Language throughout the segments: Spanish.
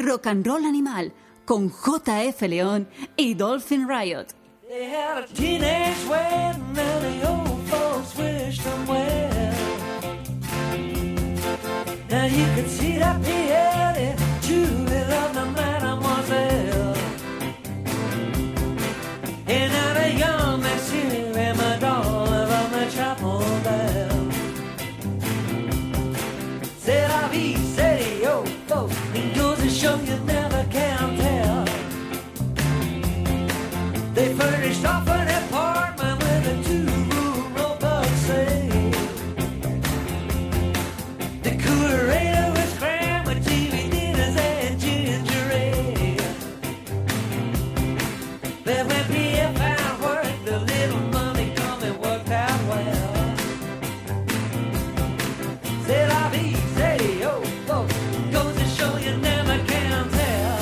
Rock and Roll Animal con J.F. León y Dolphin Riot. They had a teenage wedding and the old folks wished them well. Now you could see that Pierre truly loved the mademoiselle. And now the young monsieur and Madonna of the chapel bell. C'est la vie, c'est the old folks. It goes to show you never can tell. They furnished off an apartment with a two-room robot safe. The coolerator was crammed with TV dinners and ginger ale. But when Pierre found work, the little money coming worked out well. C'est la vie, c'est the old folks. Goes to show you never can tell.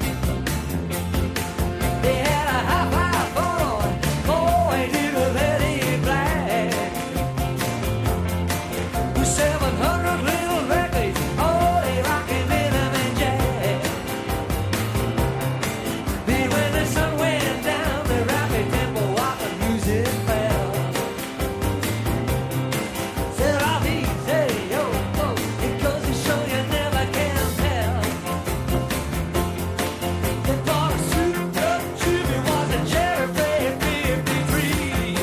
They had a high-five boy, little Eddie Black, with 700 little records, oh, they rockin' rhythm and jazz. Then when the sun went down, the rapid tempo of the music fell. C'est la vie, c'est the old folks. It goes to show you never can tell. They bought a souped-up tube, it was a Cherry 53.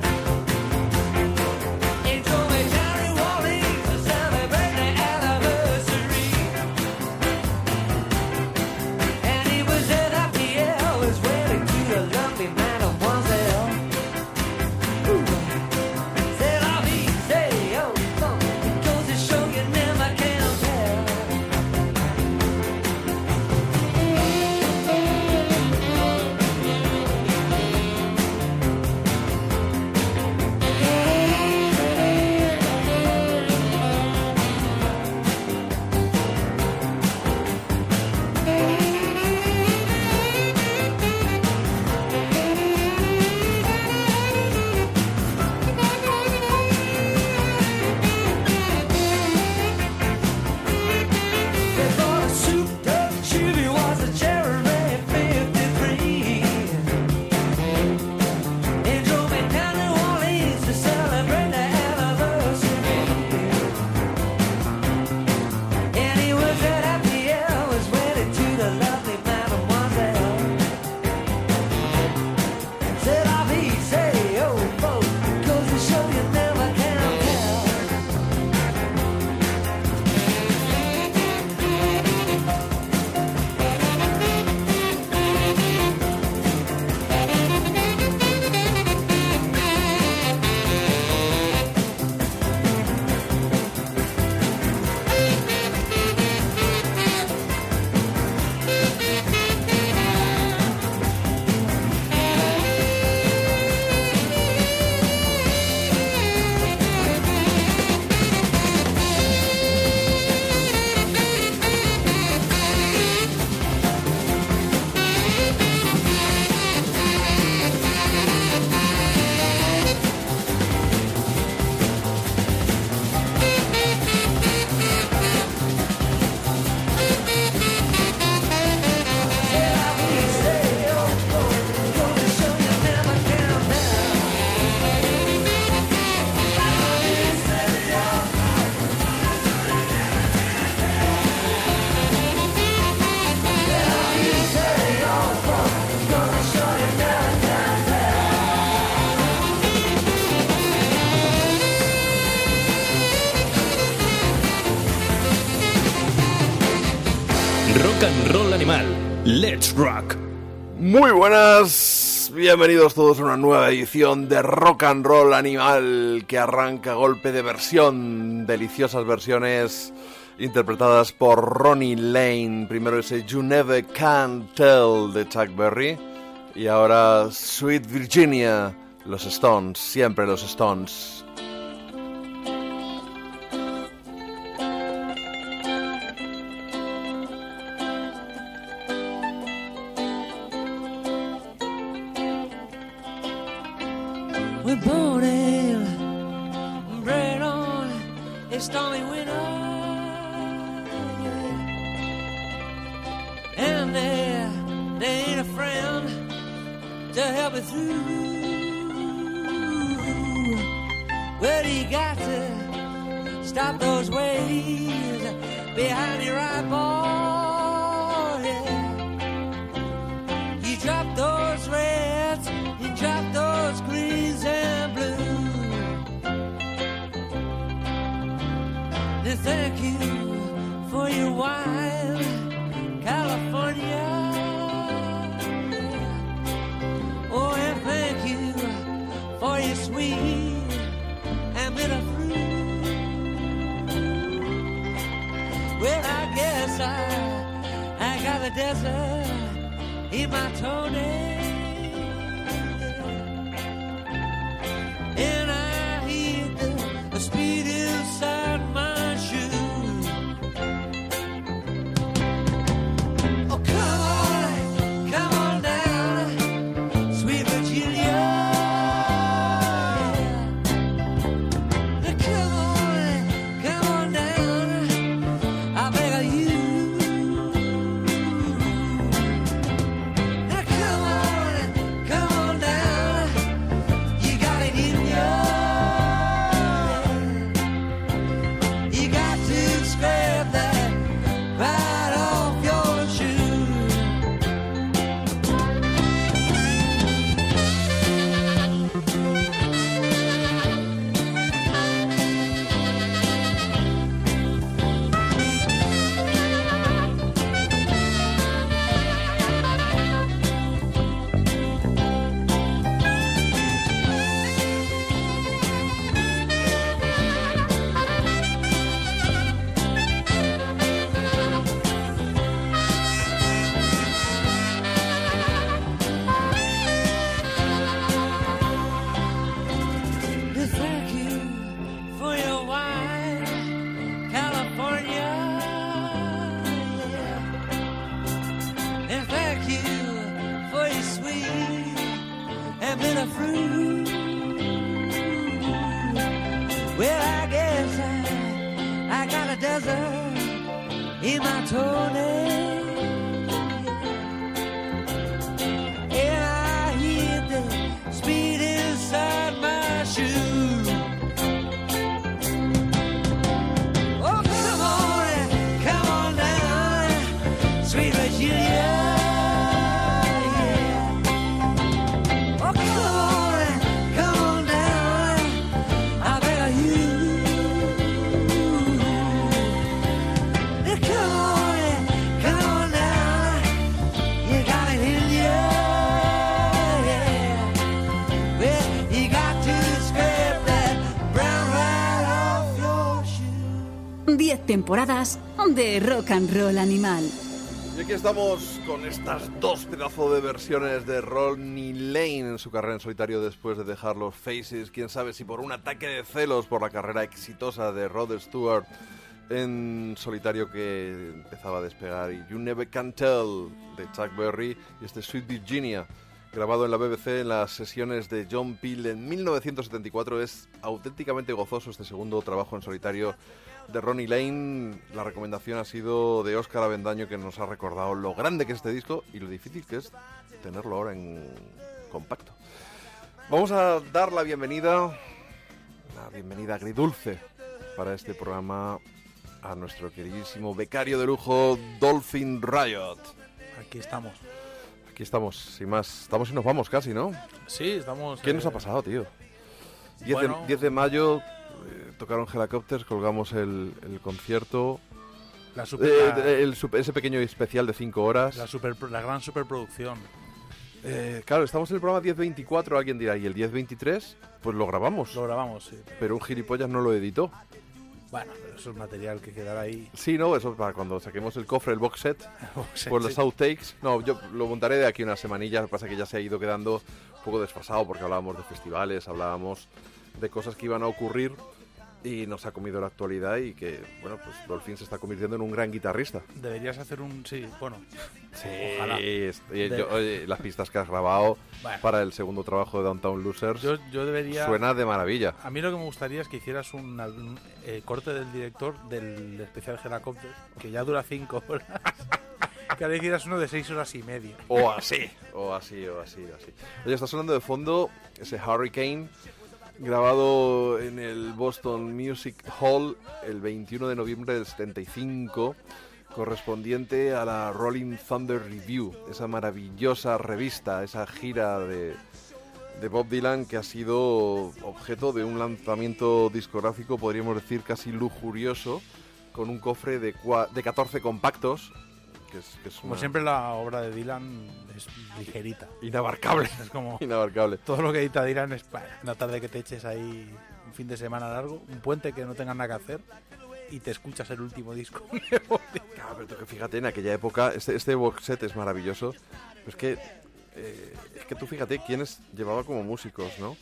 It drove me down to New Orleans to celebrate the anniversary. And he was there that Pierre was wedding to the lovely mademoiselle. C'est la vie, c'est the old folks. It goes to show you never can tell. They bought a souped-up tube, it was a Cherry 53. It drove me down to New Orleans to celebrate the anniversary. And he was there that Pierre was wedded to the lovely mademoiselle. C'est la vie, c'est the old folks. Goes to show you never can tell. Rock and Roll Animal. Let's rock. Muy buenas, bienvenidos todos a una nueva edición de Rock and Roll Animal que arranca a golpe de versión, deliciosas versiones interpretadas por Ronnie Lane. Primero ese You Never Can Tell de Chuck Berry y ahora Sweet Virginia, los Stones, siempre los Stones. We're born ale, bred on a stormy winter. There ain't a friend to help me through. But you got to stop those waves behind your eyeball. Yeah. You drop those reds, you drop those greens and blues. And thank you for your wine, California. Oh, and thank you for your sweet and bitter fruit. Well, I guess I got the desert in my toenail, and I hear the speed inside my shoe. Oh, come on down, sweet Virginia. Come on down, I beg of you. Now come on down, you got it in you. You got to scrape that right off your shoe. Thank you for your wine, California. Yeah. And thank you for your sweet and bitter fruit. Well, I guess I got a desert in my toenail. And I hear the speed inside my shoe. Oh, come on down, sweet Virginia. Yeah. Oh, come on down, I beg of you. Come on down, you got it in you. Yeah. Well, you got to scrape that brown right off your shoe. 10 temporadas de rock and roll animal. Y aquí estamos con estas dos pedazos de versiones de Ronnie Lane en su carrera en solitario después de dejar los Faces. Quién sabe si por un ataque de celos por la carrera exitosa de Rod Stewart en solitario que empezaba a despegar. Y You Never Can Tell de Chuck Berry y este Sweet Virginia, grabado en la BBC en las sesiones de John Peel en 1974. Es auténticamente gozoso este segundo trabajo en solitario de Ronnie Lane. La recomendación ha sido de Óscar Avendaño, que nos ha recordado lo grande que es este disco y lo difícil que es tenerlo ahora en compacto. Vamos a dar la bienvenida agridulce para este programa a nuestro queridísimo becario de lujo, Dolphin Riot. Aquí estamos. Aquí estamos, sin más. Estamos y nos vamos casi, ¿no? Sí, estamos... ¿Qué nos ha pasado, tío? 10 Bueno. 10 de mayo tocaron Helicopters, colgamos el concierto. La Ese pequeño especial de 5 horas. la gran superproducción. Claro, estamos en el programa 1024, alguien dirá, ¿y el 1023? Pues lo grabamos. Lo grabamos, sí. Pero un gilipollas no lo editó. Bueno, pero eso es material que quedará ahí. Sí, no, eso para cuando saquemos el cofre, el box set, Sí, pues los sí. outtakes. No, yo lo montaré de aquí una semanilla. Lo que pasa es que ya se ha ido quedando un poco desfasado porque hablábamos de festivales, hablábamos de cosas que iban a ocurrir y nos ha comido la actualidad y que, bueno, pues Dolphin se está convirtiendo en un gran guitarrista. Deberías hacer un... Sí, bueno. Sí, Ojalá. oye, las pistas que has grabado Bueno. para el segundo trabajo de Downtown Losers Yo debería... suena de maravilla. A mí lo que me gustaría es que hicieras un corte del director del especial Helicopters, que ya dura 5 horas. Que ahora hicieras uno de 6 horas y media. O así. Oye, está sonando de fondo ese Hurricane, grabado en el Boston Music Hall el 21 de noviembre del 75, correspondiente a la Rolling Thunder Review, esa maravillosa revista, esa gira de Bob Dylan que ha sido objeto de un lanzamiento discográfico, podríamos decir, casi lujurioso, con un cofre de 14 compactos, que es Como una- siempre, la obra de Dylan es ligerita. inabarcable. Es como Inabarcable. todo lo que edita Dylan es una tarde que te eches ahí un fin de semana largo, un puente que no tengas nada que hacer y te escuchas el último disco de Bob Dylan. Claro, pero tú que fíjate, en aquella época, este box set es maravilloso. Pero es que tú fíjate quiénes llevaba como músicos, ¿no?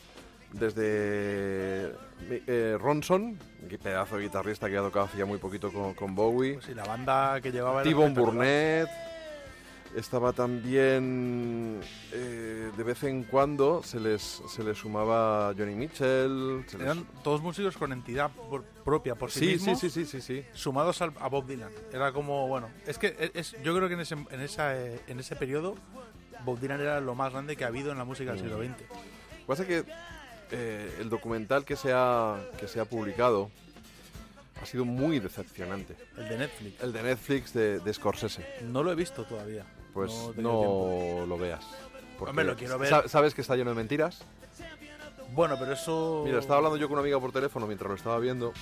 Desde Ronson, un pedazo de guitarrista que ha tocado hacía muy poquito con Bowie. Pues sí, la banda que llevaba era T-Bone espectacular. Burnett. Estaba también, de vez en cuando, se les sumaba Johnny Mitchell. Eran todos músicos con entidad propia por sí, Sí, mismos, sí. sumados a Bob Dylan. Era como, bueno, es que yo creo que en ese periodo Bob Dylan era lo más grande que ha habido en la música del siglo XX. Lo que pasa es que el documental que se ha publicado ha sido muy decepcionante. El de Netflix. El de Netflix de Scorsese. No lo he visto todavía. Pues No he tenido tiempo. no lo veas. Porque Hombre, lo quiero ver. ¿Sabes que está lleno de mentiras? Bueno, pero eso... Mira, estaba hablando yo con una amiga por teléfono mientras lo estaba viendo.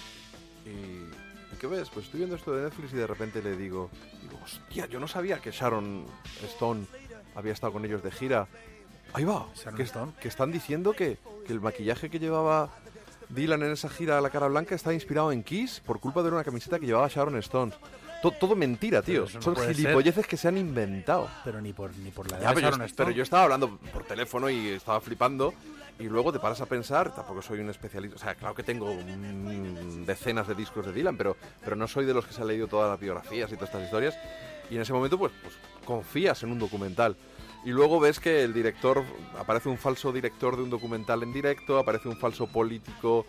¿Y qué ves? Pues estoy viendo esto de Netflix y de repente le digo, hostia, yo no sabía que Sharon Stone había estado con ellos de gira. Ahí va, Sharon Stone. que están diciendo que el maquillaje que llevaba Dylan en esa gira a la cara blanca está inspirado en Kiss por culpa de una camiseta que llevaba Sharon Stone. Todo mentira, tío. Pero eso no Son puede gilipolleces que se han inventado. Pero ni por la edad Ya, de pero, Sharon Stone. pero yo estaba hablando por teléfono y estaba flipando. Y luego te paras a pensar, tampoco soy un especialista. O sea, claro que tengo decenas de discos de Dylan, pero no soy de los que se han leído todas las biografías y todas estas historias. Y en ese momento, pues confías en un documental. Y luego ves que el director, aparece un falso director de un documental en directo, aparece un falso político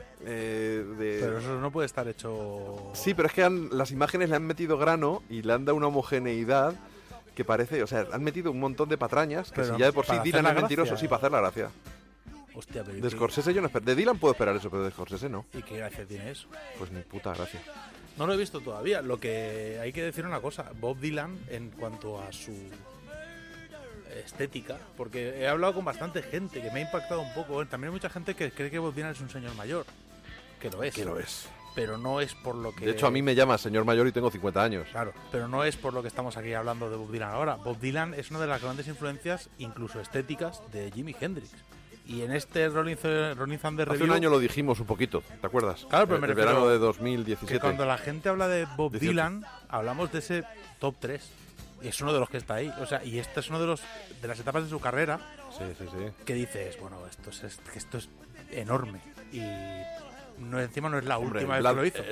Pero eso no puede estar hecho... Sí, pero es que las imágenes le han metido grano y le han dado una homogeneidad que parece, o sea, han metido un montón de patrañas que Pero si ya de por sí para Dylan hacer es la mentiroso, gracia, sí, para hacer la gracia. Hostia, pero... De Scorsese yo no espero. De Dylan puedo esperar eso, pero de Scorsese no. ¿Y qué gracia tiene eso? Pues ni puta gracia. No lo he visto todavía. Lo que hay que decir una cosa. Bob Dylan, en cuanto a su estética, porque he hablado con bastante gente que me ha impactado un poco. También hay mucha gente que cree que Bob Dylan es un señor mayor. Que lo es. Que lo es. Pero no es por lo que... De hecho, a mí me llama señor mayor y tengo 50 años. Claro, pero no es por lo que estamos aquí hablando de Bob Dylan ahora. Bob Dylan es una de las grandes influencias, incluso estéticas, de Jimi Hendrix. Y en este Rolling Thunder Hace Review... un año lo dijimos un poquito, ¿te acuerdas? Claro, pero me el refiero verano de que 2017. cuando la gente habla de Bob 18. Dylan, hablamos de ese top 3. Y es uno de los que está ahí. O sea, y este es uno de las etapas de su carrera Sí. que dices, bueno, esto es enorme. Y encima no es la Hombre, última el vez que Blood, lo hizo.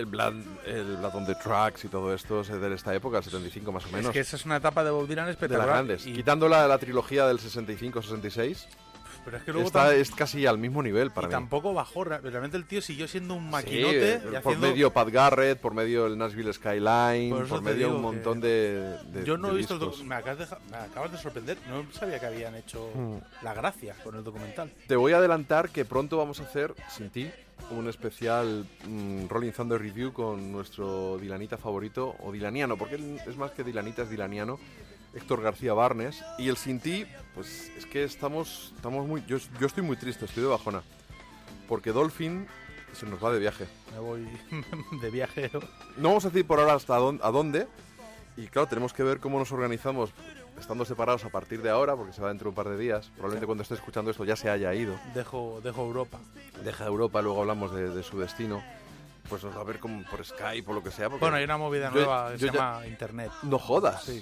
el Blood on the Tracks y todo esto es de esta época, el 75 más o menos. Es que esa es una etapa de Bob Dylan de espectacular. las grandes. Y- Quitando la trilogía del 65-66, pero es que luego es casi al mismo nivel para y mí. tampoco bajó. Realmente el tío siguió siendo un Sí, maquinote. y por haciendo... medio Pat Garrett, por medio el Nashville Skyline, Por eso por te medio digo un montón que de Yo no de he visto el discos. me acabas de sorprender. No sabía que habían hecho la gracia con el documental. Te voy a adelantar que pronto vamos a hacer, sin ti, un especial Rolling Thunder Review con nuestro Dylanita favorito, o Dylaniano, porque él es más que Dylanita, es Dylaniano, Héctor García Barnes. Y el sin ti, pues es que estamos muy... Yo estoy muy triste, estoy de bajona, porque Dolphin se nos va de viaje. Me voy de viaje. No vamos a decir por ahora hasta a dónde, y claro, tenemos que ver cómo nos organizamos estando separados a partir de ahora, porque se va dentro de un par de días. Probablemente cuando esté escuchando esto ya se haya ido. Dejo Europa. Deja Europa, luego hablamos de su destino. Pues nos va a ver como por Skype o lo que sea. porque- Bueno, hay una movida Yo- nueva que yo se ya- llama Internet. No jodas. Sí,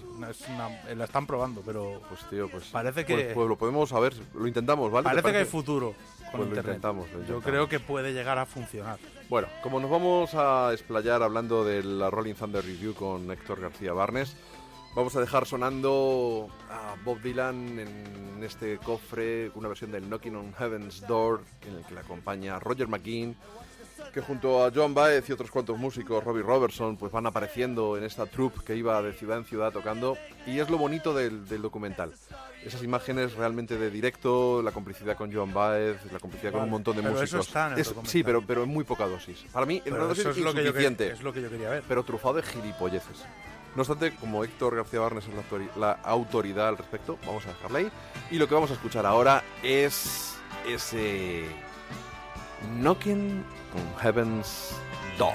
la están probando, pero Pues tío, pues... Parece que- Pues lo podemos saber, lo intentamos, ¿vale? ¿Te parece que hay parece? futuro con Pues lo Internet. intentamos, lo Yo intentamos. creo que puede llegar a funcionar. Bueno, como nos vamos a explayar hablando de la Rolling Thunder Review con Héctor García Barnes, vamos a dejar sonando a Bob Dylan en este cofre, una versión del Knocking on Heaven's Door, en el que le acompaña Roger McGuinn que junto a Joan Baez y otros cuantos músicos, Robbie Robertson, pues van apareciendo en esta troupe que iba de ciudad en ciudad tocando, y es lo bonito del documental. Esas imágenes realmente de directo, la complicidad con Joan Baez, la complicidad con un montón de músicos. Eso está en el documental. Sí, pero en muy poca dosis. Para mí, en una dosis eso es insuficiente. es lo que yo quería ver. Pero trufado de gilipolleces. No obstante, como Héctor García Barnes es la autoridad al respecto, vamos a dejarla ahí. Y lo que vamos a escuchar ahora es ese Knocking on Heaven's Door.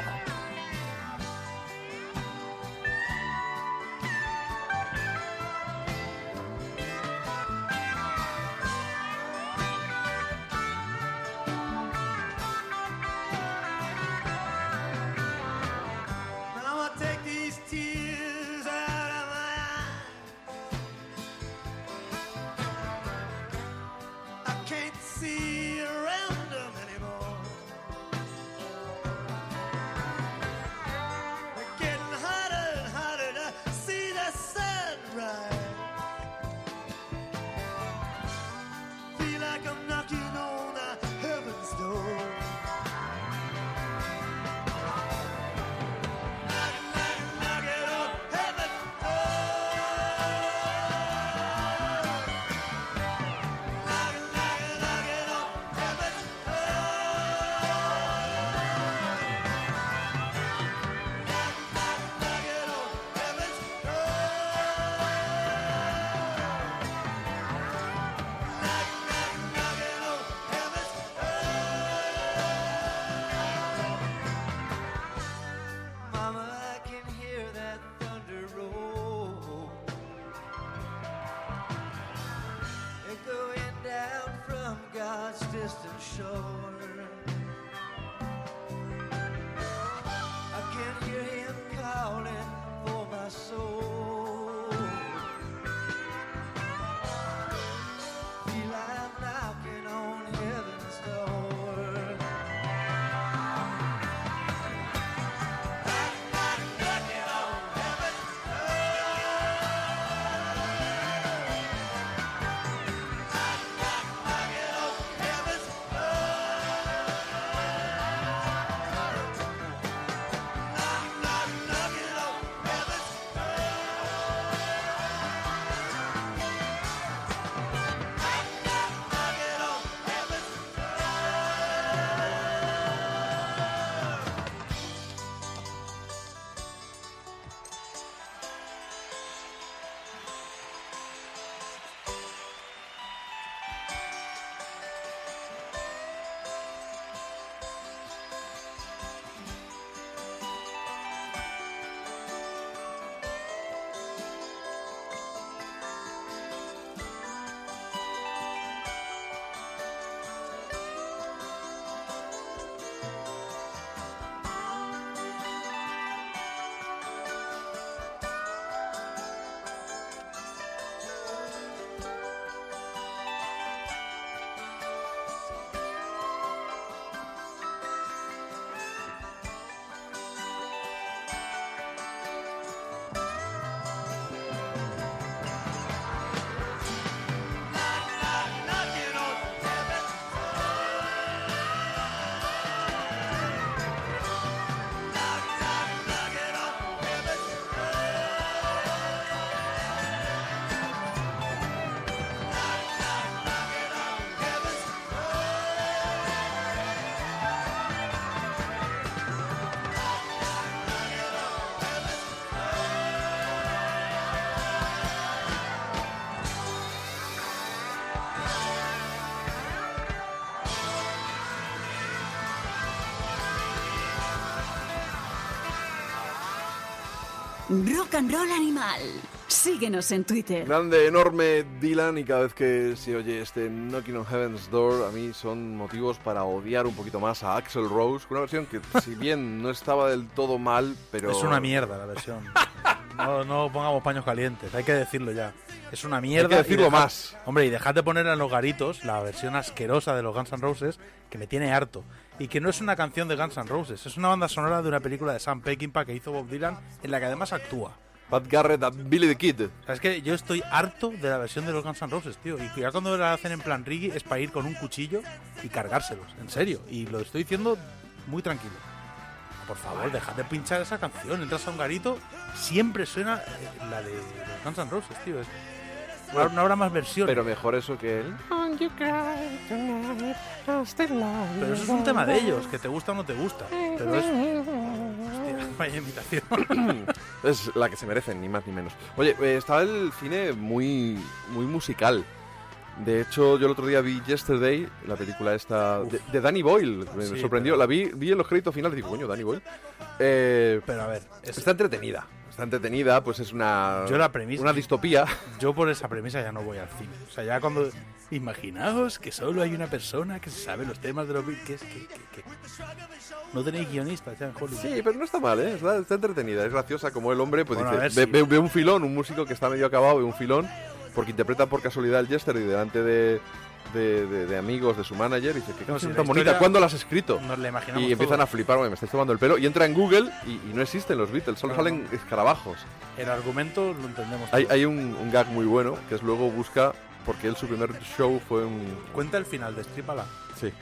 Rock and Roll Animal. Síguenos en Twitter. Grande, enorme Dylan, y cada vez que se oye este Knocking on Heaven's Door, a mí son motivos para odiar un poquito más a Axl Rose, con una versión que, si bien no estaba del todo mal, pero... Es una mierda la versión. No pongamos paños calientes, hay que decirlo ya. Es una mierda. Hay que decirlo más. Hombre, y dejad de poner en los garitos la versión asquerosa de los Guns N' Roses, que me tiene harto. Y que no es una canción de Guns N' Roses, es una banda sonora de una película de Sam Peckinpah que hizo Bob Dylan, en la que además actúa. Pat Garrett, Billy the Kid. O sea, es que yo estoy harto de la versión de los Guns N' Roses, tío. Y ya cuando la hacen en plan reggae es para ir con un cuchillo y cargárselos, en serio. Y lo estoy diciendo muy tranquilo. Por favor, dejad de pinchar esa canción. Entras a un garito, siempre suena la de los Guns N' Roses, tío. No habrá más versiones. Pero mejor eso que él. Pero eso es un tema de ellos, que te gusta o no te gusta. Pero es... Hostia, vaya imitación. Es la que se merecen, ni más ni menos. Oye, estaba el cine muy musical. De hecho, yo el otro día vi Yesterday, la película esta de Danny Boyle. Me Sí, sorprendió. pero- La vi en los créditos finales y digo, coño, Danny Boyle. Pero a ver, Está entretenida. Está entretenida, pues es una... Yo la premisa- Una distopía. yo por esa premisa ya no voy al cine. O sea, ya cuando... Imaginaos que solo hay una persona que se sabe los temas de los Beatles. ¿Qué? No tenéis guionistas ya en Hollywood. Sí, pero no está mal, ¿eh? Está entretenida, es graciosa. Como el hombre, pues Bueno, a dice, ver si- ve un filón, un músico que está medio acabado, ve un filón, porque interpreta por casualidad el Yesterday delante de amigos de su manager y dice, qué No, si canción la tan bonita, historia- ¿cuándo la has escrito? Nos la imaginamos Y empiezan todos. a flipar, "Oye, me estáis tomando el pelo", y entra en Google y no existen los Beatles, solo No, salen no. escarabajos. El argumento lo entendemos Hay, todos. hay un gag muy bueno, que es luego busca, porque él su primer show fue un... Cuenta el final de Stripala. Sí.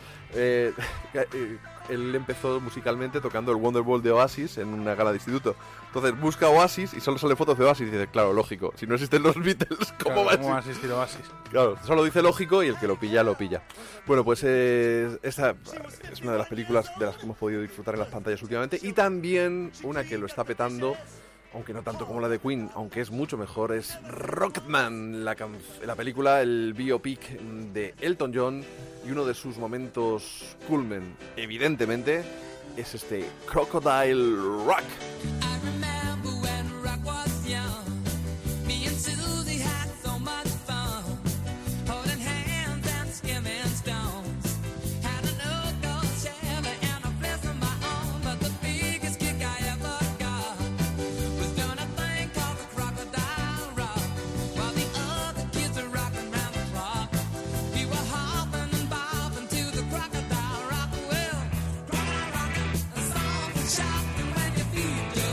Él empezó musicalmente tocando el Wonderwall de Oasis en una gala de instituto. Entonces busca Oasis y solo sale fotos de Oasis y dice, claro, lógico, si no existen los Beatles, ¿cómo va a ¿Cómo va a existir? asistir Oasis? Claro, solo dice lógico y el que lo pilla, lo pilla. Bueno, pues esta es una de las películas de las que hemos podido disfrutar en las pantallas últimamente y también una que lo está petando, aunque no tanto como la de Queen, aunque es mucho mejor, es Rocketman, la película, el biopic de Elton John, y uno de sus momentos culmen, evidentemente, es este Crocodile Rock. I remember when rock was young. Me and Susie had so much fun. Holding hands and skimming stones. Had an old gold Chevy and a place of my own. But the biggest kick I ever got was doing a thing called the Crocodile Rock. While the other kids were rocking round the clock, we were hopping and bobbing to the Crocodile Rock. Well, Crocodile Rock, a song for shocking when your feet go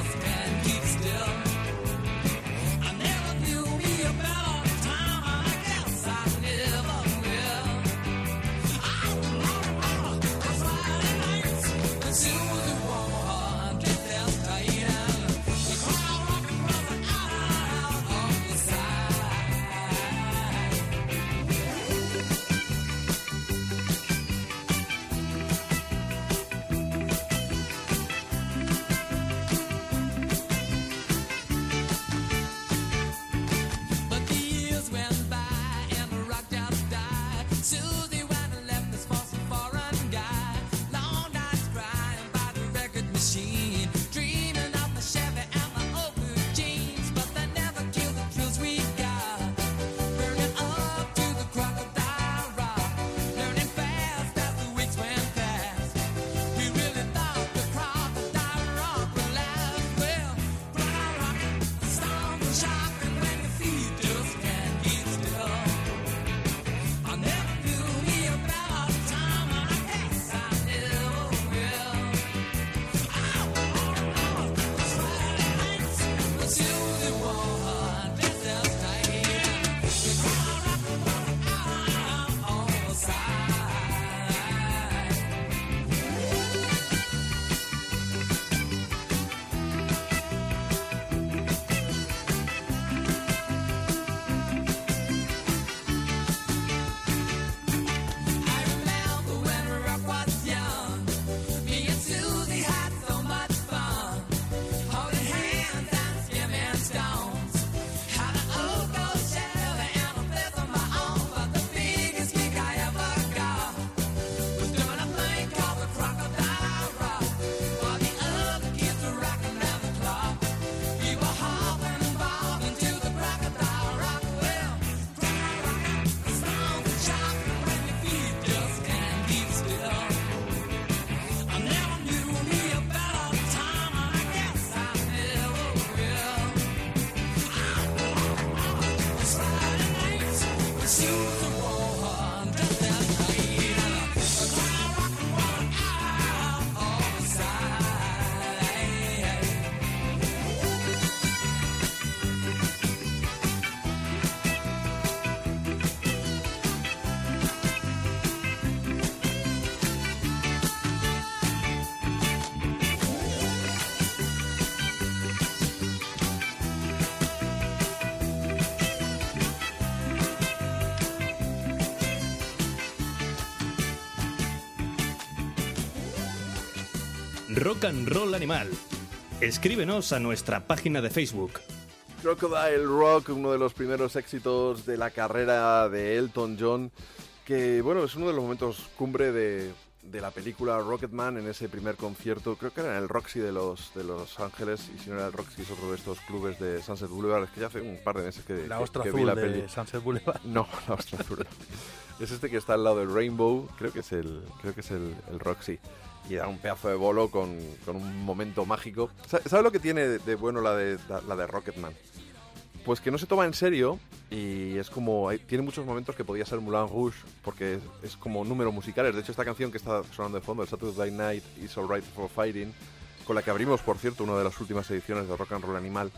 Rock and Roll Animal. Escríbenos a nuestra página de Facebook. Crocodile Rock, uno de los primeros éxitos de la carrera de Elton John, que bueno, es uno de los momentos cumbre de la película Rocketman, en ese primer concierto, creo que era en el Roxy de Los Ángeles, y si no era el Roxy es otro de estos clubes de Sunset Boulevard, es que ya hace un par de meses que, La ostra que azul vi la de peli. Sunset Boulevard. No, la ostra azul no. Es este que está al lado del Rainbow, creo que es el Roxy. Y da un pedazo de bolo con un momento mágico. ¿Sabes lo que tiene de bueno la de Rocketman? Pues que no se toma en serio y es como... tiene muchos momentos que podía ser Moulin Rouge porque es como números musicales. De hecho, esta canción que está sonando de fondo, el Saturday Night Is Alright for Fighting, con la que abrimos, por cierto, una de las últimas ediciones de Rock and Roll Animal,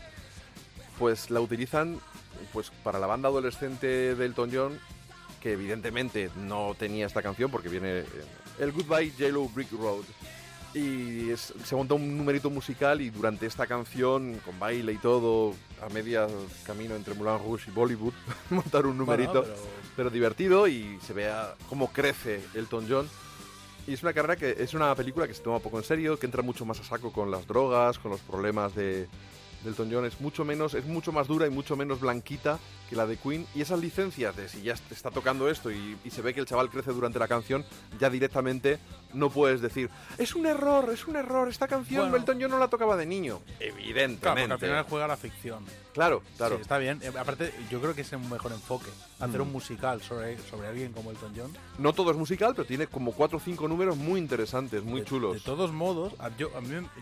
pues la utilizan pues para la banda adolescente de Elton John, que evidentemente no tenía esta canción porque viene el Goodbye Yellow Brick Road. Y se montó un numerito musical y durante esta canción, con baile y todo, a media camino entre Moulin Rouge y Bollywood, montar un numerito, Bueno, pero divertido, y se vea cómo crece Elton John. Y es una carrera que es una película que se toma poco en serio, que entra mucho más a saco con las drogas, con los problemas de Elton John. Es mucho más dura y mucho menos blanquita que la de Queen, y esas licencias de si ya está tocando esto y se ve que el chaval crece durante la canción, ya directamente no puedes decir es un error, esta canción Bueno. Elton John no la tocaba de niño, Claro, porque evidentemente. al final juega la ficción. Claro. Sí, está bien. Aparte, yo creo que es un mejor enfoque. Hacer un musical sobre alguien como Elton John. No todo es musical, pero tiene como 4 o 5 números muy interesantes, muy chulos. De todos modos, yo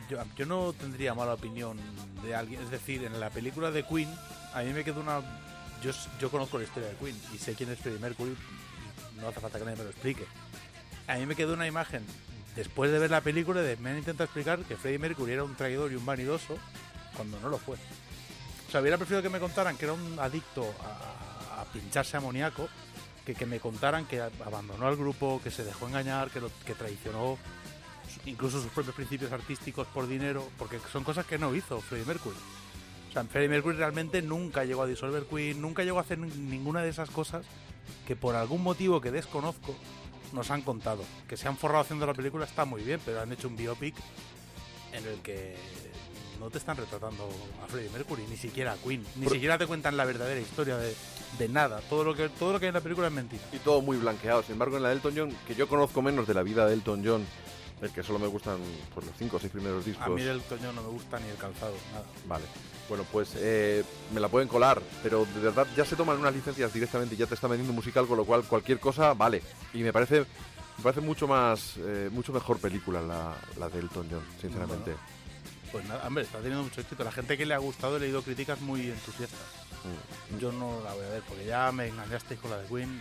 no tendría mala opinión de alguien. Es decir, en la película de Queen, a mí me quedó una... Yo conozco la historia de Queen y sé quién es Freddie Mercury. No hace falta que nadie me lo explique. A mí me quedó una imagen, después de ver la película, me han intentado explicar que Freddie Mercury era un traidor y un vanidoso, cuando no lo fue. O sea, hubiera preferido que me contaran que era un adicto a pincharse amoníaco, que me contaran que abandonó al grupo, que se dejó engañar, que traicionó incluso sus propios principios artísticos por dinero, porque son cosas que no hizo Freddie Mercury. O sea, Freddie Mercury realmente nunca llegó a disolver Queen, nunca llegó a hacer ninguna de esas cosas que por algún motivo que desconozco nos han contado. Que se han forrado haciendo la película está muy bien, pero han hecho un biopic en el que no te están retratando a Freddie Mercury, ni siquiera a Queen, ni siquiera te cuentan la verdadera historia de nada. Todo lo que hay en la película es mentira. Y todo muy blanqueado. Sin embargo, en la de Elton John, que yo conozco menos de la vida de Elton John, el que solo me gustan pues, los 5 o 6 primeros discos. A mí del Toño no me gusta ni el calzado, nada. Vale. Bueno, pues me la pueden colar, pero de verdad ya se toman unas licencias directamente y ya te está vendiendo un musical, con lo cual cualquier cosa vale. Y me parece mucho mejor película la de Elton John, sinceramente. Bueno, pues nada, hombre, está teniendo mucho éxito. La gente que le ha gustado, he leído críticas muy entusiastas. Yo no la voy a ver porque ya me engañasteis con la de Queen.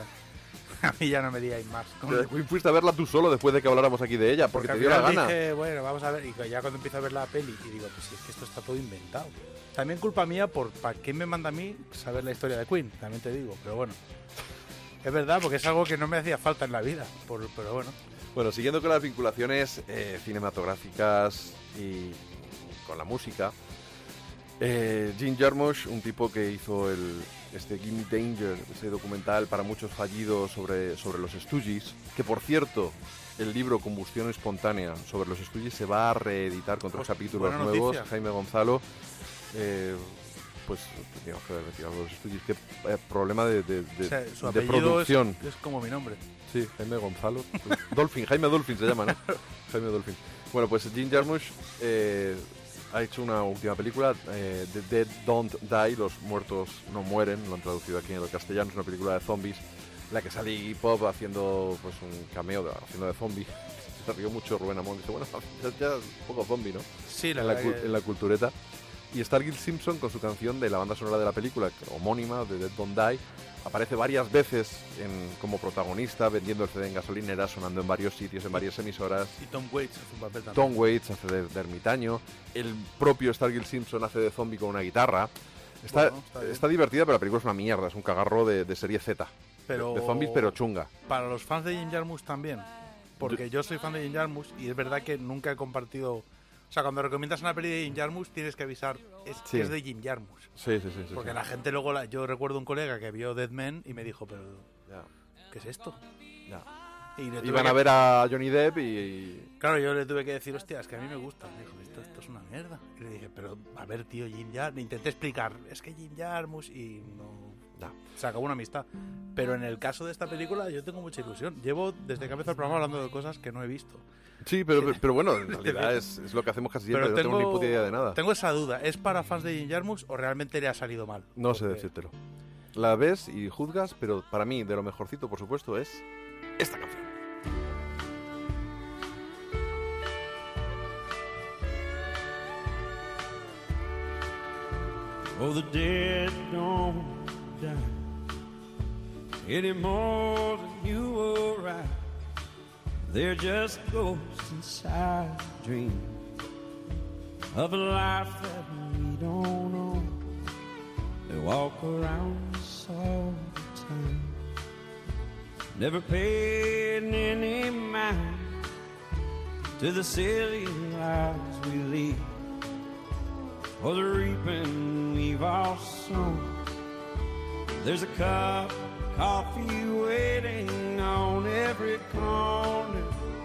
A mí ya no me digáis más. Fuiste a verla tú solo después de que habláramos aquí de ella, porque te al dio la final gana. dije, bueno, vamos a ver. Y ya cuando empiezo a ver la peli y digo, pues si es que esto está todo inventado. También culpa mía ¿para qué me manda a mí saber la historia de Queen? También te digo, pero bueno. Es verdad, porque es algo que no me hacía falta en la vida. Pero bueno. Bueno, siguiendo con las vinculaciones cinematográficas y con la música, Jim Jarmusch, un tipo que hizo Gimme Danger, ese documental para muchos fallido sobre los Stooges, que por cierto, el libro Combustión Espontánea sobre los Stooges se va a reeditar con 3 capítulos buena nuevos. noticia. Jaime Gonzalo, pues teníamos que haber retirado los Stooges. Qué problema de O sea, su de apellido producción. es como mi nombre. Sí, Jaime Gonzalo. Jaime Dolphin se llama, ¿no? Jaime Dolphin. Bueno, pues Jim Jarmusch ha hecho una última película, The Dead Don't Die, Los Muertos No Mueren, lo han traducido aquí en el castellano, es una película de zombies, en la que sale Iggy Pop haciendo pues un cameo haciendo de zombie. Se rió mucho Rubén Amón, dice, bueno, ya es un poco zombie, ¿no? Sí, En la cultureta. Y Stargirl Simpson, con su canción de la banda sonora de la película, homónima, de Dead Don't Die, aparece varias veces como protagonista, vendiendo el CD en gasolinera, sonando en varios sitios, en varias emisoras. Y Tom Waits hace un papel también. Tom Waits hace de ermitaño. El propio Stargirl Simpson hace de zombie con una guitarra. Está divertida, pero la película es una mierda. Es un cagarro de serie Z. Pero de zombies, pero chunga. Para los fans de Jim Jarmusch también. Porque yo soy fan de Jim Jarmusch y es verdad que nunca he compartido... O sea, cuando recomiendas una peli de Jim Jarmusch tienes que avisar que es de Jim Jarmusch. Sí. Porque la gente luego... Yo recuerdo un colega que vio Dead Men y me dijo, pero... Ya. ¿Qué es esto? Ya. Y le tuve Iban que- a ver a Johnny Depp y... Claro, yo le tuve que decir, hostia, es que a mí me gusta. Me dijo, esto es una mierda. Y le dije, pero a ver, tío, Jim Jarmusch. Le intenté explicar, es que Jim Jarmusch y no... No. Se acabó una amistad. Pero en el caso de esta película yo tengo mucha ilusión. Llevo desde que empezó el programa hablando de cosas que no he visto. Sí, pero bueno, en realidad es lo que hacemos casi siempre, Pero no tengo ni puta idea de nada. Tengo esa duda. ¿Es para fans de Jim Jarmusch o realmente le ha salido mal? No sé Porque- decírtelo. La ves y juzgas, pero para mí, de lo mejorcito, por supuesto, es esta canción. Oh, the dead don't die any more than you or I. They're just ghosts inside a dream of a life that we don't know. They walk around us all the time, never paying any mind to the silly lives we lead, or the reaping we've all sown. There's a cup of coffee waiting on every corner.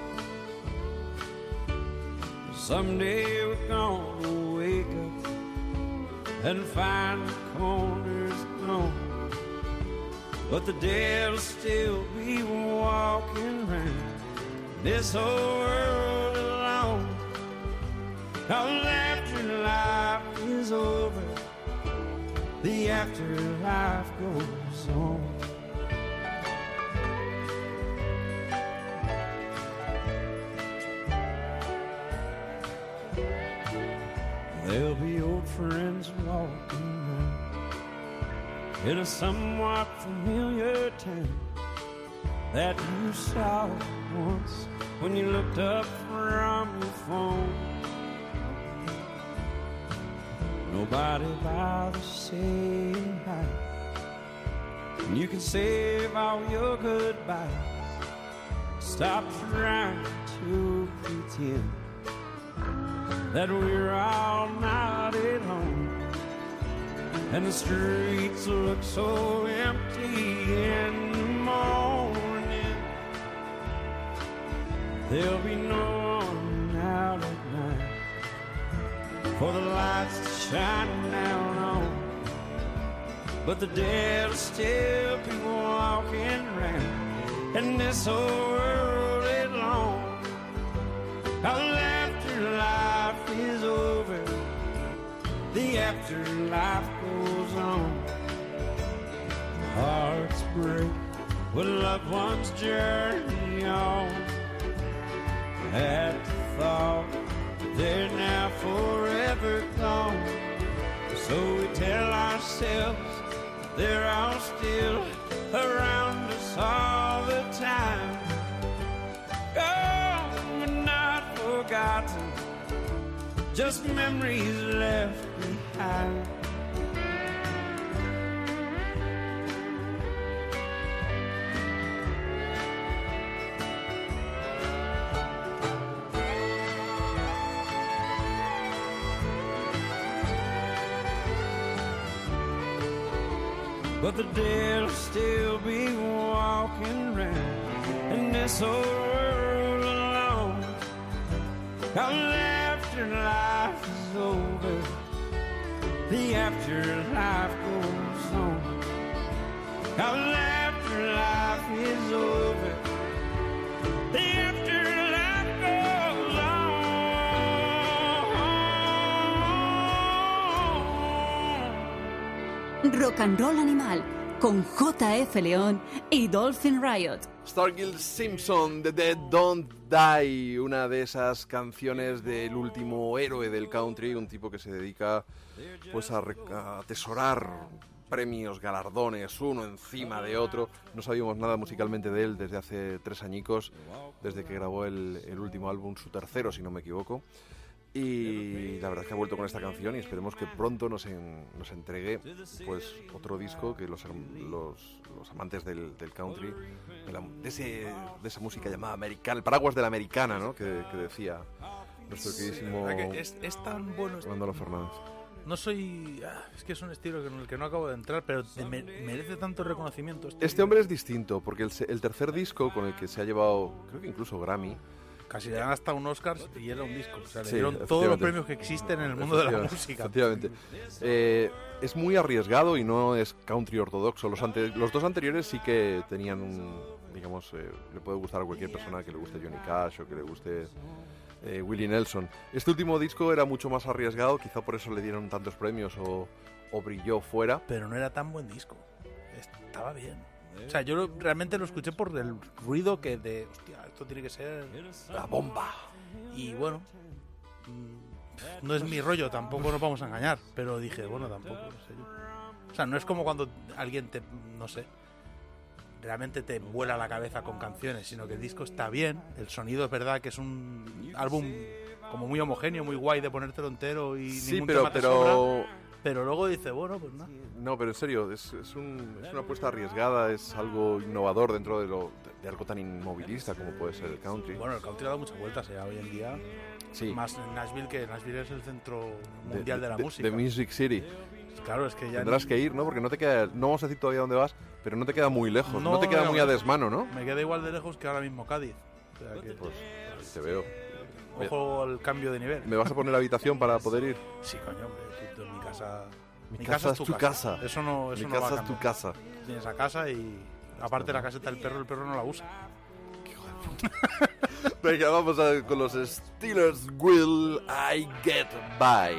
Someday we're gonna wake up and find the corner's gone, but the dead'll still be walking round this whole world alone. 'Cause after life is over, the afterlife goes on. There'll be old friends walking around in a somewhat familiar town that you saw once when you looked up from your phone. Nobody bothers saying hi. You can save all your goodbyes. Stop trying to pretend that we're all not at home. And the streets look so empty in the morning. There'll be no one out at night for the lights to shine down on. But the dead'll still be walking around in this whole world is long. 'Cause after life is over, the afterlife goes on. Hearts break when loved ones journey on. At the thought they're now forever gone. So we tell ourselves they're all still around us all the time. Gone but not forgotten, just memories left behind. But the dead'll still be walking round in this whole world alone. 'Cause after life is over, the afterlife goes on. 'Cause after life is over, the afterlife goes on. Rock and Roll Animal con J.F. León y Dolphin Riot. Stargill Simpson, The Dead Don't Die, una de esas canciones del último héroe del country, un tipo que se dedica pues a atesorar premios, galardones, uno encima de otro. No sabíamos nada musicalmente de él desde hace 3 añicos, desde que grabó el último álbum, su tercero si no me equivoco. Y la verdad es que ha vuelto con esta canción y esperemos que pronto nos entregue pues otro disco que los amantes del country, de esa música llamada americana, el paraguas de la americana, ¿no? que decía nuestro queridísimo Es tan bueno Manolo Fernández. No soy... es que es un estilo en el que no acabo de entrar, pero merece tanto reconocimiento. Este hombre es distinto, porque el tercer disco con el que se ha llevado, creo que incluso Grammy... Casi le dan hasta un Oscar y era un disco. O sea, le Sí, dieron todos los efectivamente. premios que existen en el mundo de la música. Efectivamente. Es muy arriesgado y no es country ortodoxo. Los dos anteriores sí que tenían un... Digamos, le puede gustar a cualquier persona que le guste Johnny Cash o que le guste Willie Nelson. Este último disco era mucho más arriesgado, quizá por eso le dieron tantos premios o brilló fuera. Pero no era tan buen disco. Estaba bien. O sea, yo realmente lo escuché por el ruido que de... Hostia, esto tiene que ser... ¡La bomba! Y bueno... no es mi rollo, tampoco nos vamos a engañar. Pero dije, bueno, tampoco, no sé yo. O sea, no es como cuando alguien te... No sé... Realmente te vuela la cabeza con canciones, sino que el disco está bien. El sonido es verdad que es un álbum como muy homogéneo, muy guay de ponértelo entero y Sí, ningún pero... tema te sobra. Pero luego dice, bueno, pues nada. No, pero en serio, es una apuesta arriesgada, es algo innovador dentro de algo tan inmovilista como puede ser el country. Bueno, el country ha dado muchas vueltas ya hoy en día. Sí. Más en Nashville, que Nashville es el centro mundial de la música. De Music City. Claro, es que ya... Tendrás que ir, ¿no? Porque no te queda... No vamos a decir todavía dónde vas, pero no te queda muy lejos. No te queda muy a desmano, ¿no? Me queda igual de lejos que ahora mismo Cádiz. O sea que, Pues te veo. ojo al cambio de nivel. ¿Me vas a poner la habitación para poder ir? Sí, coño, hombre, tú en mi casa... Mi casa es tu casa. Eso no Mi va a casa es cambiar. tu casa. Tienes a casa y... Aparte la caseta del perro, el perro no la usa. Venga, vamos con los Steelers Will I Get By.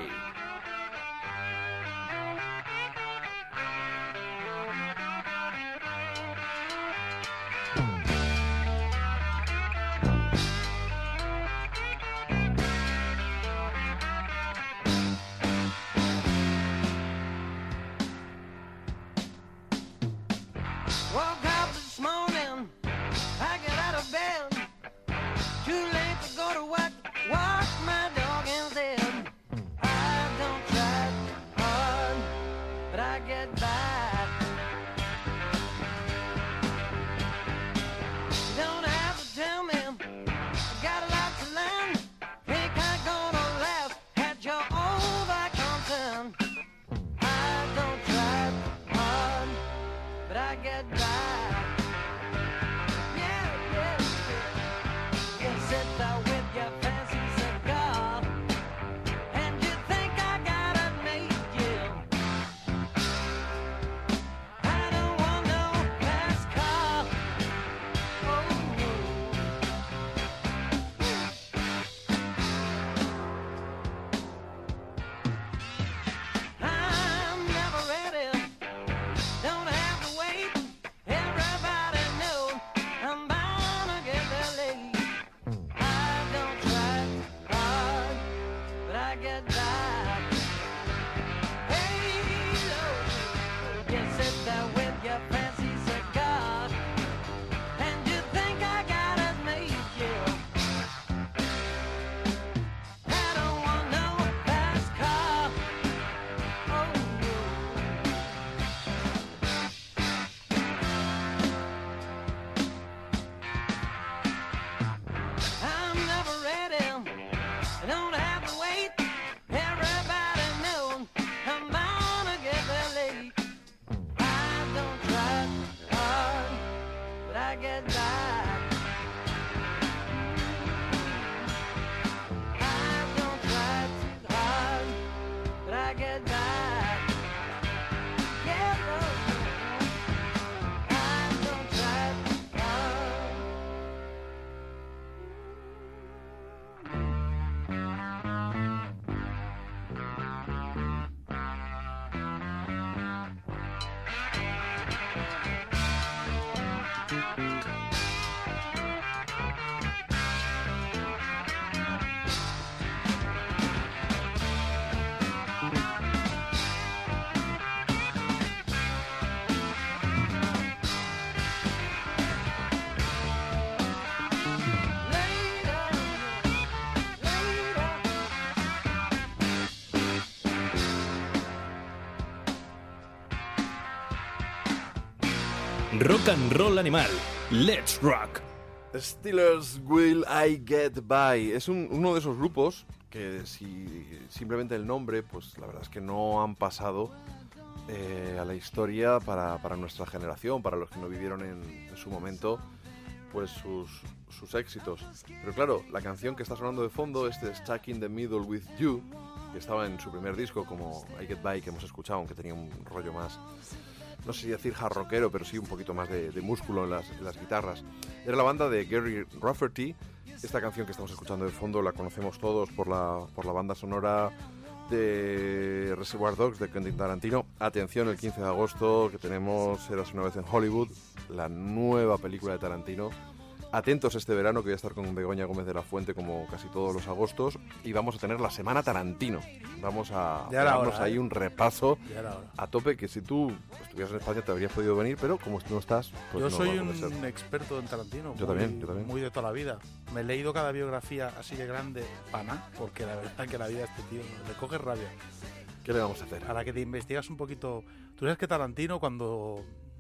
Woke up this morning, I get out of bed. Too late to go to work, walk my dog instead. I don't try hard, but I get by. You don't have to tell me, I got a lot to learn. Think I'm gonna laugh at your overconcern. I don't try hard, but I get by. Yeah, yeah, yeah. You sit there with your fancy cigar, and you think I gotta make you. I don't want no fast car. Oh, I'm never ready. Don't have to wait. Everybody knows I'm bound to get there late. I don't try hard, but I get by. Hey, Lord, you sit there with your fancy cigar, and you think I gotta make you. I don't want no fast car. Oh, no. I'm never ready. I don't have to wait. Everybody knows I'm bound to get there late. I don't try hard, but I get by. I don't try too hard, but I get by. Yeah, Lord. I don't try too hard. Later, later. Rock and Roll Animal. Let's Rock. Steelers Will I Get By. Es uno de esos grupos que si simplemente el nombre, pues la verdad es que no han pasado a la historia para nuestra generación, para los que no vivieron en su momento pues sus éxitos. Pero claro, la canción que está sonando de fondo, Stuck in the Middle with You, que estaba en su primer disco como I Get By, que hemos escuchado, aunque tenía un rollo más, no sé si decir hard rockero, pero sí un poquito más de músculo en las guitarras. Era la banda de Gary Rafferty. Esta canción que estamos escuchando de fondo la conocemos todos por la banda sonora de Reservoir Dogs de Quentin Tarantino. Atención, el 15 de agosto que tenemos Érase una vez en Hollywood, la nueva película de Tarantino. Atentos este verano, que voy a estar con Begoña Gómez de la Fuente como casi todos los agostos, y vamos a tener la Semana Tarantino. Vamos a darnos ahí un repaso a tope, que si tú estuvieras en España te habrías podido venir, pero como no estás, pues yo no soy va a poder un ser. experto en Tarantino. Yo también. Muy de toda la vida. Me he leído cada biografía así de grande, pana, porque la verdad es que la vida de este tío le coge rabia. ¿Qué le vamos a hacer? A la que te investigas un poquito. Tú sabes que Tarantino, cuando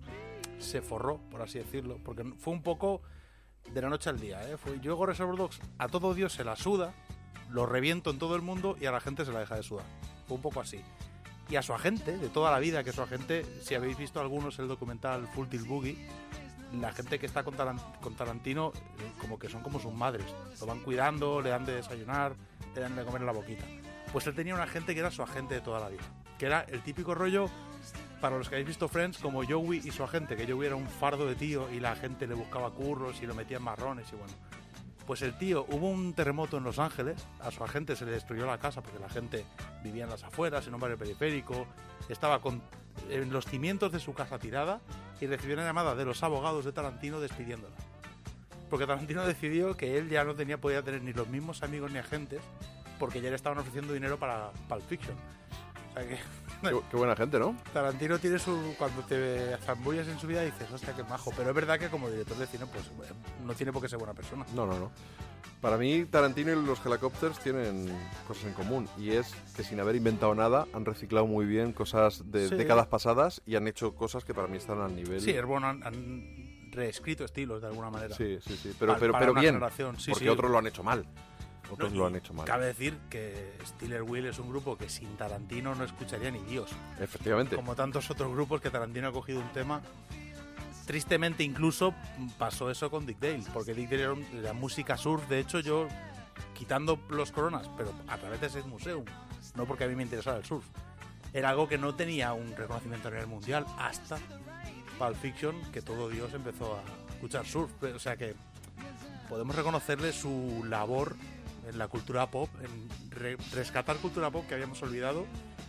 se forró, por así decirlo, porque fue un poco de la noche al día, ¿eh? Yo hago Reservoir Dogs, a todo Dios se la suda, lo reviento en todo el mundo y a la gente se la deja de sudar. Fue un poco así. Y a su agente, de toda la vida, que su agente, si habéis visto algunos el documental Full Tilt Boogie, la gente que está con Tarantino, como que son como sus madres. Lo van cuidando, le dan de desayunar, le dan de comer en la boquita. Pues él tenía un agente que era su agente de toda la vida. Que era el típico rollo, para los que habéis visto Friends, como Joey y su agente, que Joey era un fardo de tío y la gente le buscaba curros y lo metía en marrones y bueno. Pues el tío, hubo un terremoto en Los Ángeles, a su agente se le destruyó la casa porque la gente vivía en las afueras, en un barrio periférico, estaba en los cimientos de su casa tirada y recibió una llamada de los abogados de Tarantino despidiéndola. Porque Tarantino decidió que él ya no podía tener ni los mismos amigos ni agentes porque ya le estaban ofreciendo dinero para Pulp Fiction. O sea que Qué buena gente, ¿no? Tarantino tiene cuando te zambulles en su vida dices, hostia, qué majo. Pero es verdad que como director de cine, pues no tiene por qué ser buena persona. No. Para mí, Tarantino y los Helicopters tienen cosas en común. Y es que sin haber inventado nada, han reciclado muy bien cosas de décadas pasadas y han hecho cosas que para mí están al nivel... Sí, es bueno, han reescrito estilos de alguna manera. Sí. Pero bien, porque otros lo han hecho mal. Otros lo han hecho mal. Cabe decir que Steeler Wheel es un grupo que sin Tarantino no escucharía ni Dios. Efectivamente. Como tantos otros grupos que Tarantino ha cogido un tema. Tristemente incluso pasó eso con Dick Dale, porque Dick Dale era música surf. De hecho yo, quitando los Coronas, pero a través de ese museo, no porque a mí me interesaba el surf, era algo que no tenía un reconocimiento a nivel mundial hasta Pulp Fiction, que todo Dios empezó a escuchar surf. O sea que podemos reconocerle su labor en la cultura pop, en rescatar cultura pop que habíamos olvidado,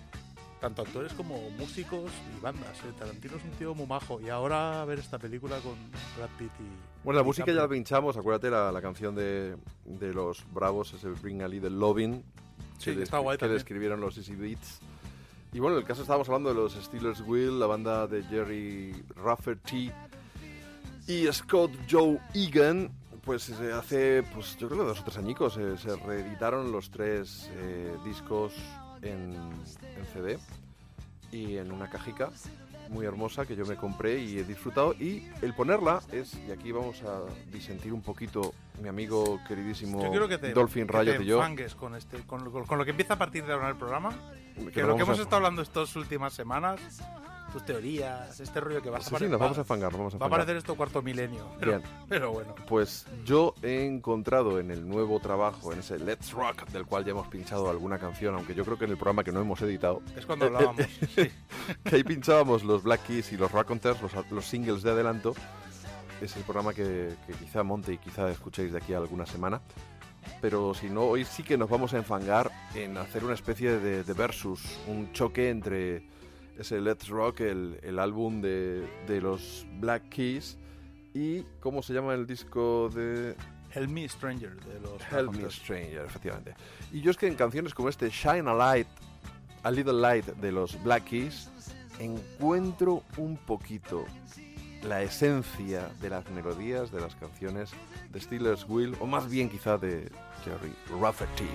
tanto actores como músicos y bandas. Tarantino es un tío muy majo, y ahora a ver esta película con Brad Pitt y... Bueno, la música ya la pinchamos, acuérdate la canción de los Bravos, ese Bring a Little Lovin', sí, que está guay, que le escribieron los Easy Beats. Y bueno, en el caso estábamos hablando de los Steelers Wheel, la banda de Jerry Rafferty y Scott Joe Egan. Pues hace, yo creo que 2 o 3 añicos se reeditaron los 3 discos en CD y en una cajica muy hermosa que yo me compré y he disfrutado. Y el ponerla y aquí vamos a disentir un poquito mi amigo queridísimo Dolphin Riot y yo. Con lo que empieza a partir de ahora el programa, que lo que hemos estado hablando estas últimas semanas, tus teorías, este rollo que vas a nos vamos a fangar, va a parecer esto cuarto milenio, pero bueno. Pues yo he encontrado en el nuevo trabajo, en ese Let's Rock, del cual ya hemos pinchado alguna canción, aunque yo creo que en el programa que no hemos editado es cuando hablábamos, sí. Que ahí pinchábamos los Black Keys y los Raconteurs, los singles de adelanto. Es el programa que quizá monte y quizá escuchéis de aquí a alguna semana. Pero si no, hoy sí que nos vamos a enfangar en hacer una especie de versus, un choque entre ese Let's Rock, el álbum de los Black Keys, y ¿cómo se llama el disco de...? Help Me Stranger, de los Help Me Stranger, efectivamente. Y yo es que en canciones como Shine a Little Light de los Black Keys encuentro un poquito la esencia de las melodías de las canciones de Steelers Wheel, o más bien quizá de Jerry Rafferty.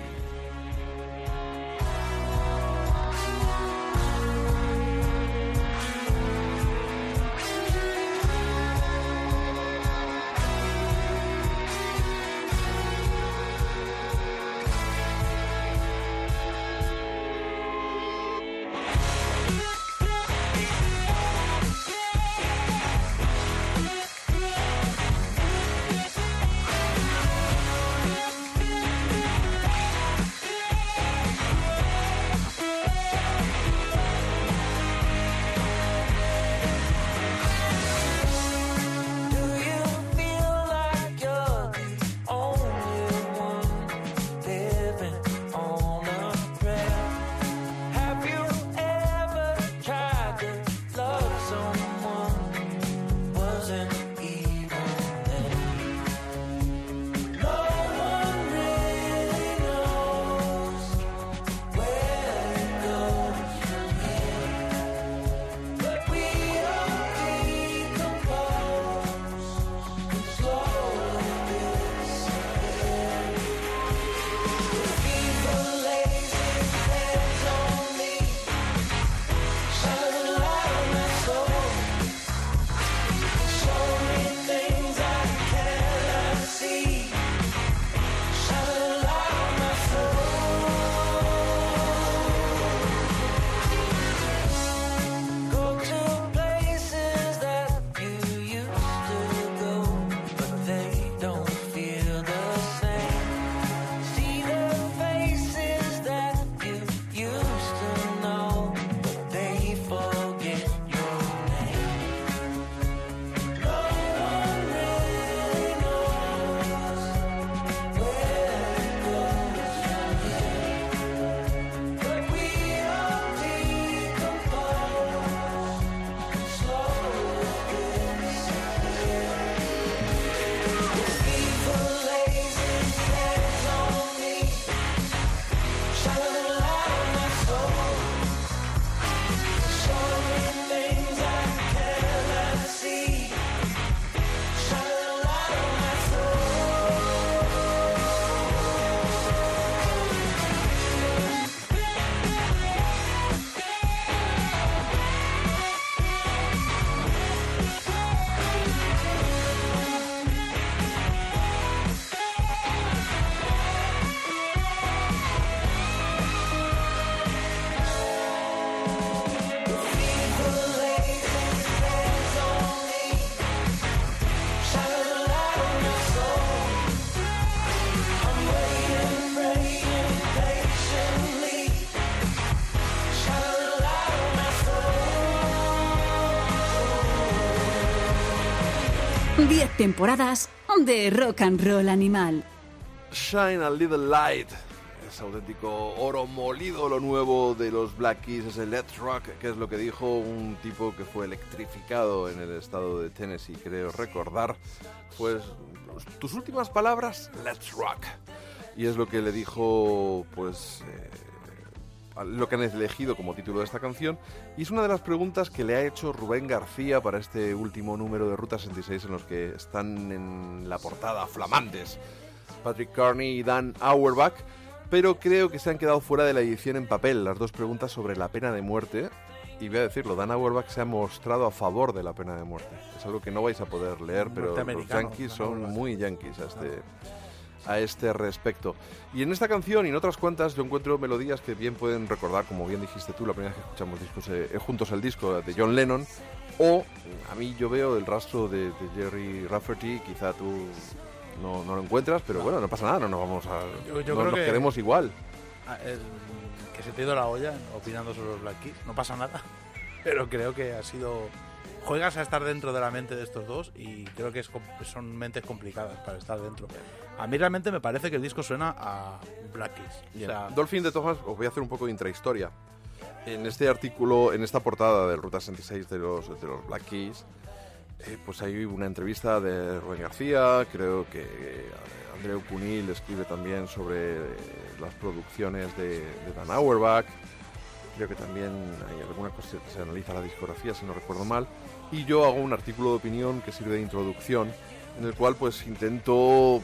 10 temporadas de rock and roll animal. Shine a Little Light. Es auténtico oro molido lo nuevo de los Black Keys, es el Let's Rock, que es lo que dijo un tipo que fue electrificado en el estado de Tennessee, creo recordar. Pues tus últimas palabras, Let's Rock. Y es lo que le dijo, pues, lo que han elegido como título de esta canción. Y es una de las preguntas que le ha hecho Rubén García para este último número de Ruta 66, en los que están en la portada flamantes Patrick Carney y Dan Auerbach, pero creo que se han quedado fuera de la edición en papel las dos preguntas sobre la pena de muerte. Y voy a decirlo, Dan Auerbach se ha mostrado a favor de la pena de muerte. Es algo que no vais a poder leer, pero los yankees son muy yankees a este respecto. Y en esta canción y en otras cuantas yo encuentro melodías que bien pueden recordar, como bien dijiste tú la primera vez que escuchamos discos juntos, el disco de John Lennon, o a mí yo veo el rastro de Jerry Rafferty. Quizá tú no lo encuentras, pero bueno, no pasa nada, no nos vamos a... Yo nos creo que queremos igual. Que se te ha ido la olla opinando sobre los Black Keys, no pasa nada, pero creo que ha sido... Juegas a estar dentro de la mente de estos dos y creo que son mentes complicadas para estar dentro. A mí realmente me parece que el disco suena a Black Keys. O sea, Dolphin, de todas, os voy a hacer un poco de intrahistoria. En este artículo, en esta portada del Ruta 66 de los Black Keys, pues hay una entrevista de Rubén García, creo que Andreu Cunil escribe también sobre las producciones de Dan Auerbach, creo que también hay alguna cosa que se analiza la discografía, si no recuerdo mal, y yo hago un artículo de opinión que sirve de introducción, en el cual pues intento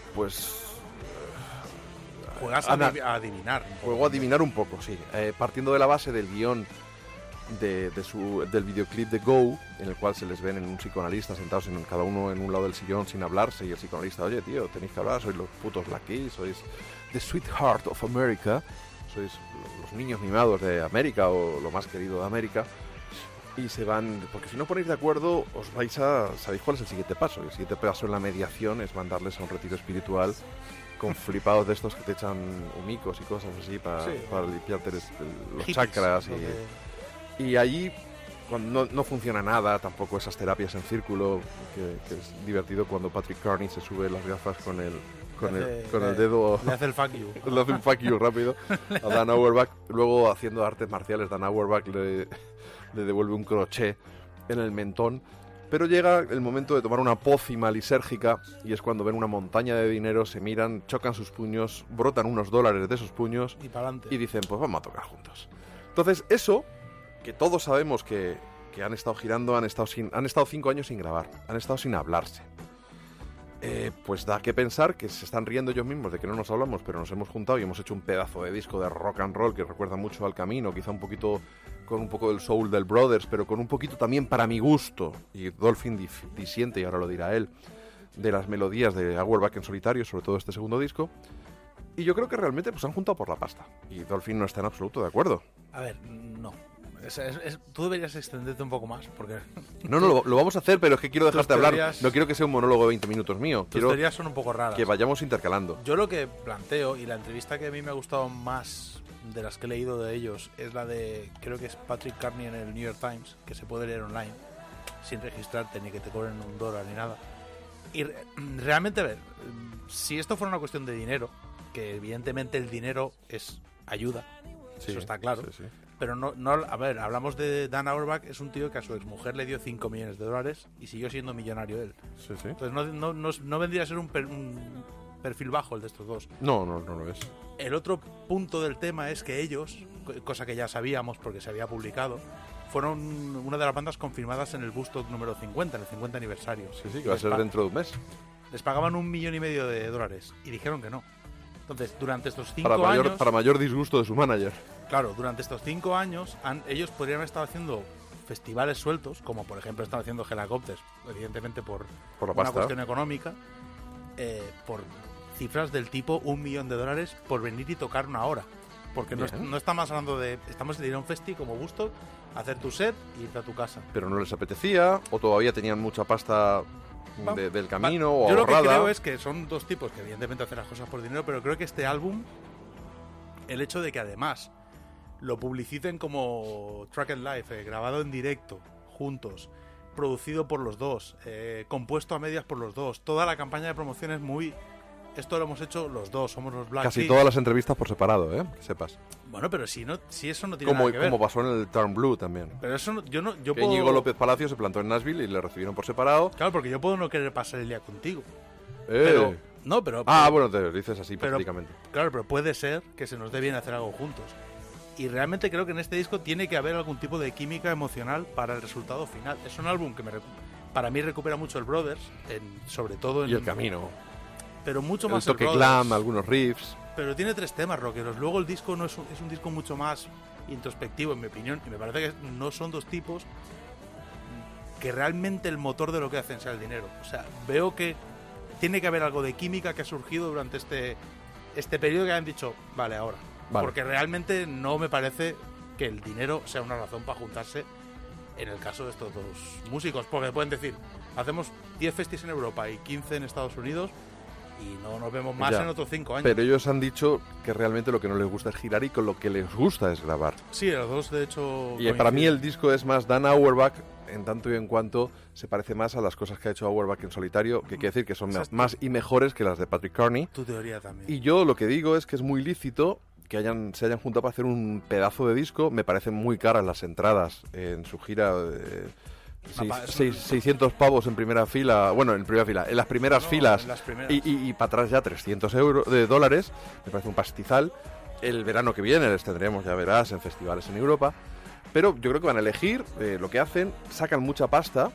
juegas a adivinar. Juego a adivinar un poco, sí, partiendo de la base del guión del videoclip de Go, en el cual se les ven en un psicoanalista sentados cada uno en un lado del sillón sin hablarse, y el psicoanalista, oye tío, tenéis que hablar, sois los putos Black Keys, sois the sweetheart of America, sois los niños mimados de América, o lo más querido de América, y se van, porque si no ponéis de acuerdo sabéis cuál es el siguiente paso. El siguiente paso en la mediación es mandarles a un retiro espiritual con flipados de estos que te echan humicos y cosas así para limpiarte los chakras y allí, cuando no funciona nada, tampoco esas terapias en círculo, que es divertido cuando Patrick Carney se sube las gafas con el dedo. Le hace el fuck you. Le hace un fuck you rápido a Dan Auerbach. Luego, haciendo artes marciales, Dan Auerbach le devuelve un crochet en el mentón. Pero llega el momento de tomar una pócima lisérgica, y es cuando ven una montaña de dinero, se miran, chocan sus puños, brotan unos dólares de esos puños y pa'lante. Y dicen, pues vamos a tocar juntos. Entonces, eso, que todos sabemos que han estado girando, han estado 5 años sin grabar, han estado sin hablarse. Pues da que pensar que se están riendo ellos mismos de que no nos hablamos, pero nos hemos juntado y hemos hecho un pedazo de disco de rock and roll que recuerda mucho al Camino, quizá un poquito con un poco del soul del Brothers, pero con un poquito también, para mi gusto, y Dolphin disiente, y ahora lo dirá él, de las melodías de Auerbach en solitario, sobre todo este segundo disco. Y yo creo que realmente pues han juntado por la pasta, y Dolphin no está en absoluto de acuerdo. A ver, no. Tú deberías extenderte un poco más, porque... No, lo vamos a hacer, pero es que quiero dejarte hablar. No quiero que sea un monólogo de 20 minutos mío. Tus teorías son un poco raras. Que vayamos intercalando. Yo lo que planteo, y la entrevista que a mí me ha gustado más de las que he leído de ellos, es la de, creo que es Patrick Carney en el New York Times, que se puede leer online, sin registrarte, ni que te cobren $1 ni nada. Y realmente, a ver, si esto fuera una cuestión de dinero, que evidentemente el dinero es ayuda, sí, eso está claro. Sí. Pero no, a ver, hablamos de Dan Auerbach, es un tío que a su exmujer le dio $5 millones y siguió siendo millonario él. Sí. Entonces no vendría a ser un perfil bajo el de estos dos. No lo es. El otro punto del tema es que ellos, cosa que ya sabíamos porque se había publicado, fueron una de las bandas confirmadas en el Woodstock número 50, en el 50 aniversario. Sí, que va a ser dentro de un mes. Les pagaban $1,5 millones y dijeron que no. Entonces, durante estos 5 años... Para mayor disgusto de su manager. Claro, durante estos 5 años ellos podrían haber estado haciendo festivales sueltos, como por ejemplo están haciendo Helicopters, evidentemente por la una cuestión económica, por cifras del tipo $1 millón por venir y tocar una hora. Porque no estamos hablando de... Estamos de ir a un festi como Woodstock, hacer tu set y irte a tu casa. Pero no les apetecía, o todavía tenían mucha pasta del Camino, o yo ahorrada. Lo que creo es que son dos tipos que evidentemente hacen las cosas por dinero, pero creo que este álbum, el hecho de que además lo publiciten como Track and Live, grabado en directo, juntos, producido por los dos, compuesto a medias por los dos. Toda la campaña de promoción es muy... Esto lo hemos hecho los dos, somos los Black Casi Keys. todas las entrevistas por separado, que sepas. Bueno, pero si eso no tiene nada que ver. Como pasó en el Turn Blue también. Pero eso no, yo Que puedo... Íñigo López Palacio se plantó en Nashville y le recibieron por separado. Claro, porque yo puedo no querer pasar el día contigo. Pero... No, pero... Bueno, te lo dices así prácticamente. Claro, pero puede ser que se nos dé bien hacer algo juntos. Y realmente creo que en este disco tiene que haber algún tipo de química emocional para el resultado final. Es un álbum que para mí recupera mucho el Brothers, sobre todo en... Y el camino. Pero mucho El más toque Brothers. glam, algunos riffs. Pero tiene 3 temas rockeros. Luego el disco no es un disco mucho más introspectivo, en mi opinión. Y me parece que no son 2 tipos que realmente el motor de lo que hacen sea el dinero. O sea, veo que tiene que haber algo de química que ha surgido durante este periodo que han dicho, vale, ahora. Vale. Porque realmente no me parece que el dinero sea una razón para juntarse en el caso de estos 2 músicos. Porque pueden decir, hacemos 10 festis en Europa y 15 en Estados Unidos y no nos vemos más Ya. en otros 5 años. Pero ellos han dicho que realmente lo que no les gusta es girar y con lo que les gusta es grabar. Sí, los dos de hecho... Y para mí el disco es más Dan Auerbach, en tanto y en cuanto se parece más a las cosas que ha hecho Auerbach en solitario, que quiere decir que son más y mejores que las de Patrick Carney. Tu teoría también. Y yo lo que digo es que es muy lícito que se hayan juntado para hacer un pedazo de disco. Me parecen muy caras las entradas en su gira. 600 pavos en primera fila, en las primeras filas, en las primeras. y para atrás ya $300, me parece un pastizal. El verano que viene les tendremos, ya verás, en festivales en Europa, pero yo creo que van a elegir lo que hacen, sacan mucha pasta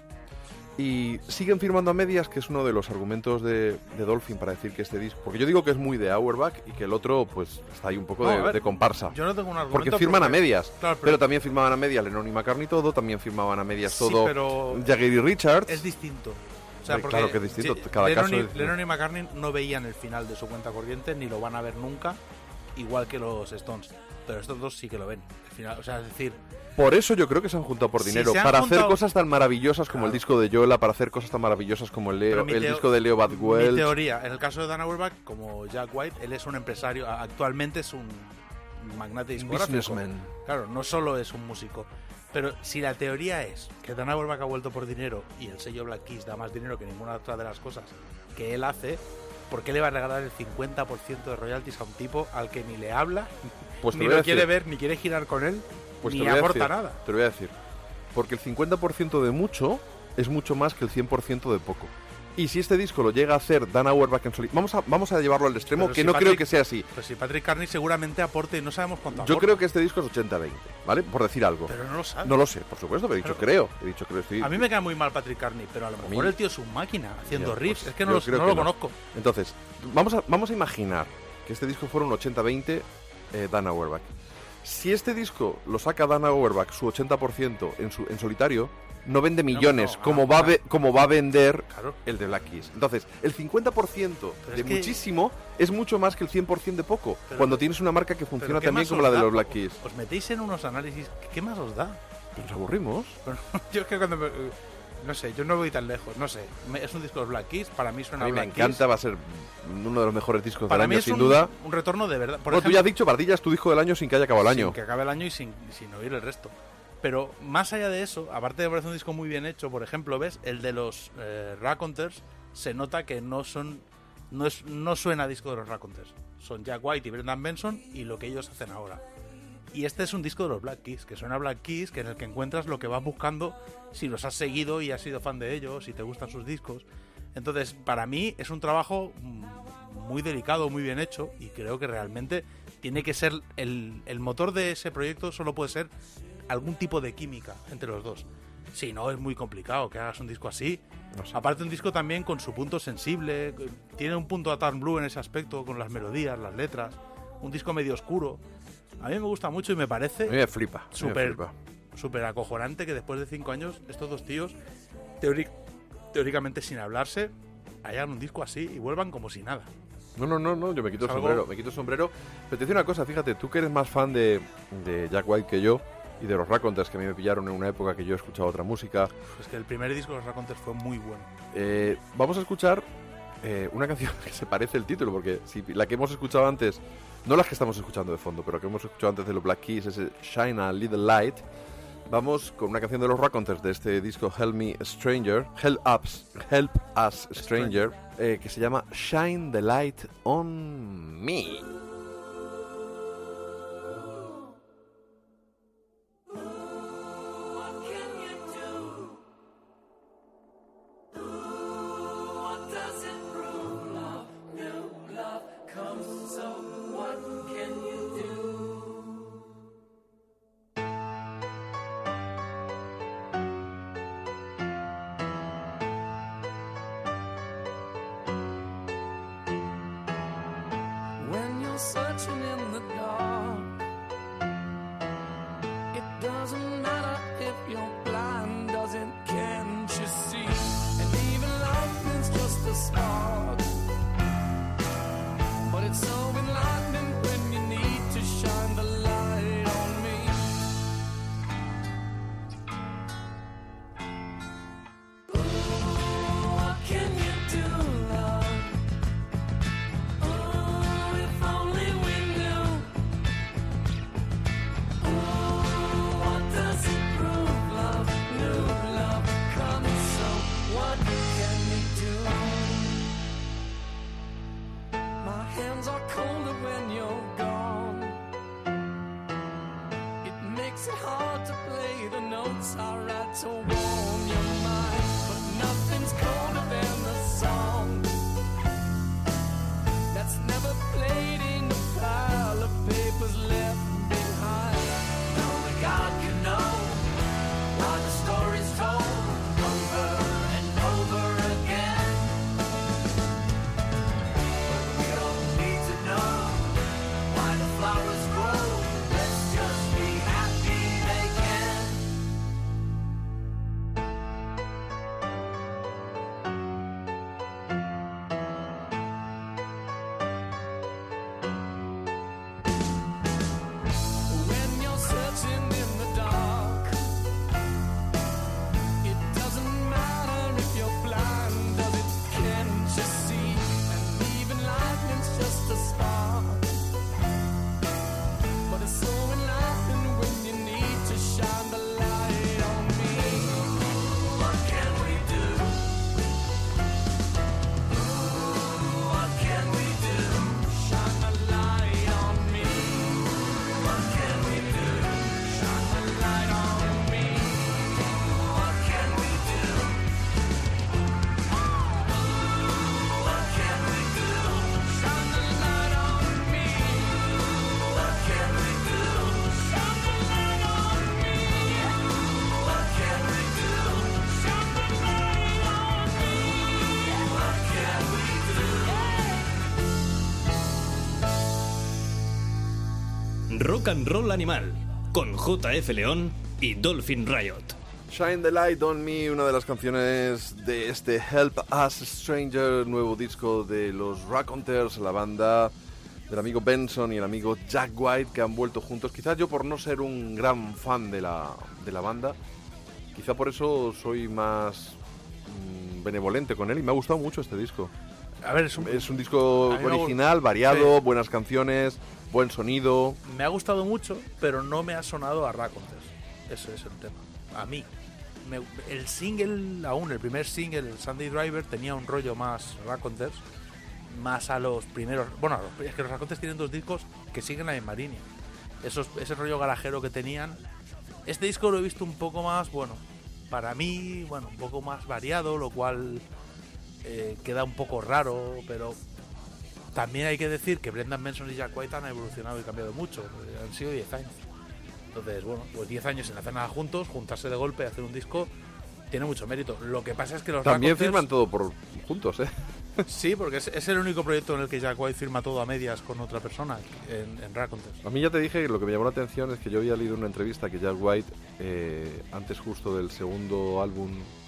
y siguen firmando a medias, que es uno de los argumentos de Dolphin para decir que este disco, porque yo digo que es muy de Auerbach y que el otro pues está ahí un poco de comparsa. Yo no tengo un argumento. Porque firman a medias. Claro, pero también firmaban a medias Lennon y McCartney todo, también firmaban a medias Sí, todo pero Jagger y Richards. es distinto. O sea, Hombre, porque claro que es distinto, cada Lennon, caso y, es- Lennon y McCartney no veían el final de su cuenta corriente ni lo van a ver nunca, igual que los Stones. Pero estos dos sí que lo ven. El final, o sea, es decir, Por eso yo creo que se han juntado por Si dinero, se han para hacer juntado- cosas tan maravillosas como Claro. el disco de Yola, para hacer cosas tan maravillosas como el Pero mi disco de Leo Bad mi Welch. teoría, en el caso de Dan Auerbach, como Jack White, él es un empresario, actualmente es un magnate discográfico. Businessman. Claro, no solo es un músico. Pero si la teoría es que Dan Auerbach ha vuelto por dinero y el sello Black Keys da más dinero que ninguna otra de las cosas que él hace, ¿por qué le va a regalar el 50% de royalties a un tipo al que ni le habla, Pues te ni voy a lo quiere decir. ver, ni quiere girar con él, Pues ni te voy a aporta decir, nada? Te lo voy a decir. Porque el 50% de mucho es mucho más que el 100% de poco. Y si este disco lo llega a hacer Dan Auerbach en solitario, vamos a llevarlo al extremo, Pero que si no creo Patrick- que sea así. Pues si Patrick Carney seguramente aporte, no sabemos cuánto Yo aporta, creo que este disco es 80-20, ¿vale? Por decir algo. pero no lo sabe. No lo sé, por supuesto, pero he dicho creo. He dicho creo. A mí me cae muy mal Patrick Carney, pero a lo A mejor mí- el tío es un máquina haciendo Ya, riffs. pues, Es que yo no creo lo que no. conozco. Entonces, vamos a imaginar que este disco fuera un 80-20 Dan Auerbach. Si este disco lo saca Dan Auerbach, su 80% en solitario, no vende millones, no, como, claro. como va a vender Claro. el de Black Keys. Entonces, el 50% Pero de es que- muchísimo es mucho más que el 100% de poco, Pero- cuando tienes una marca que Pero funciona ¿qué también más como os la de da? los Black Keys. Os metéis en unos análisis. ¿Qué más os da? Pero nos aburrimos. Bueno, yo es que cuando no sé, yo no voy tan lejos, no sé. Es un disco de los Black Keys, para mí suena A mí me Black encanta, Keys. va a ser uno de los mejores discos Para del mí año, es sin un, duda. un retorno de verdad. Por Bueno, tú ya has dicho, para ti ya es tu disco del año sin que haya acabado el año. Sin que acabe el año y sin oír el resto. Pero más allá de eso, aparte de parecer un disco muy bien hecho, por ejemplo, ves, el de los Raconteurs, se nota que no suena a disco de los Raconteurs. Son Jack White y Brendan Benson y lo que ellos hacen ahora. Y este es un disco de los Black Keys, que suena a Black Keys, que en el que encuentras lo que vas buscando si los has seguido y has sido fan de ellos, si te gustan sus discos. Entonces, para mí es un trabajo muy delicado, muy bien hecho, y creo que realmente tiene que ser el motor de ese proyecto, solo puede ser algún tipo de química entre los dos. Si no, es muy complicado que hagas un disco así. No sé. Aparte, un disco también con su punto sensible, tiene un punto a Turn Blue en ese aspecto, con las melodías, las letras, un disco medio oscuro. A mí me gusta mucho y me A mí parece me flipa. a mí me súper flipa. súper acojonante que después de 5 años estos dos tíos, teóricamente sin hablarse, hagan un disco así y vuelvan como si nada. No, yo me quito el Es algo- sombrero, Pero te decía una cosa, fíjate, tú que eres más fan de Jack White que yo, y de los Raconteurs, que a mí me pillaron en una época que yo escuchaba otra música, Es que el primer disco de los Raconteurs fue muy bueno. vamos a escuchar una canción que se parece el título, porque si la que hemos escuchado antes, no las que estamos escuchando de fondo, pero que hemos escuchado antes de los Black Keys, es Shine a Little Light, Vamos con una canción de los Raconteurs de este disco Help Us Stranger, que se llama Shine the Light on Me. Searching in the dark, it doesn't matter if you're blind, does it? Can't you see? And even lightning's just a spark, but it's so enlightening when you need to shine the light on me. Ooh, what can you do, love? Alright to warm your mind, but nothing's colder than the song that's never played in a pile of papers left behind. Only God can know why the story's told over and over again, but we don't need to know why the flowers grow. Let's just be happy they can. Rock and Roll Animal, con JF León y Dolphin Riot. Shine the Light on Me, una de las canciones de este Help Us Stranger, nuevo disco de los Raconteurs, la banda del amigo Benson y el amigo Jack White, que han vuelto juntos. Quizás yo, por no ser un gran fan de la banda, quizá por eso soy más benevolente con él, y me ha gustado mucho este disco. A ver, es un disco original, variado, sí, buenas canciones, buen sonido. Me ha gustado mucho, pero no me ha sonado a Raconteurs. Ese es el tema. A mí. El single, aún el primer single, el Sunday Driver, tenía un rollo más Raconteurs, más a los primeros. Bueno, es que los Raconteurs tienen dos discos que siguen la misma línea. Ese rollo garajero que tenían. Este disco lo he visto un poco más, bueno, para mí, bueno, un poco más variado, lo cual queda un poco raro, pero también hay que decir que Brendan Benson y Jack White han evolucionado y cambiado mucho. Han sido 10 años. Entonces, bueno, pues 10 años sin hacer nada juntos, juntarse de golpe, hacer un disco, tiene mucho mérito. Lo que pasa es que los también Raconteurs firman todo por juntos, ¿eh? Sí, porque es el único proyecto en el que Jack White firma todo a medias con otra persona en Raconteurs. A mí ya te dije que lo que me llamó la atención es que yo había leído una entrevista que Jack White, antes justo del segundo álbum,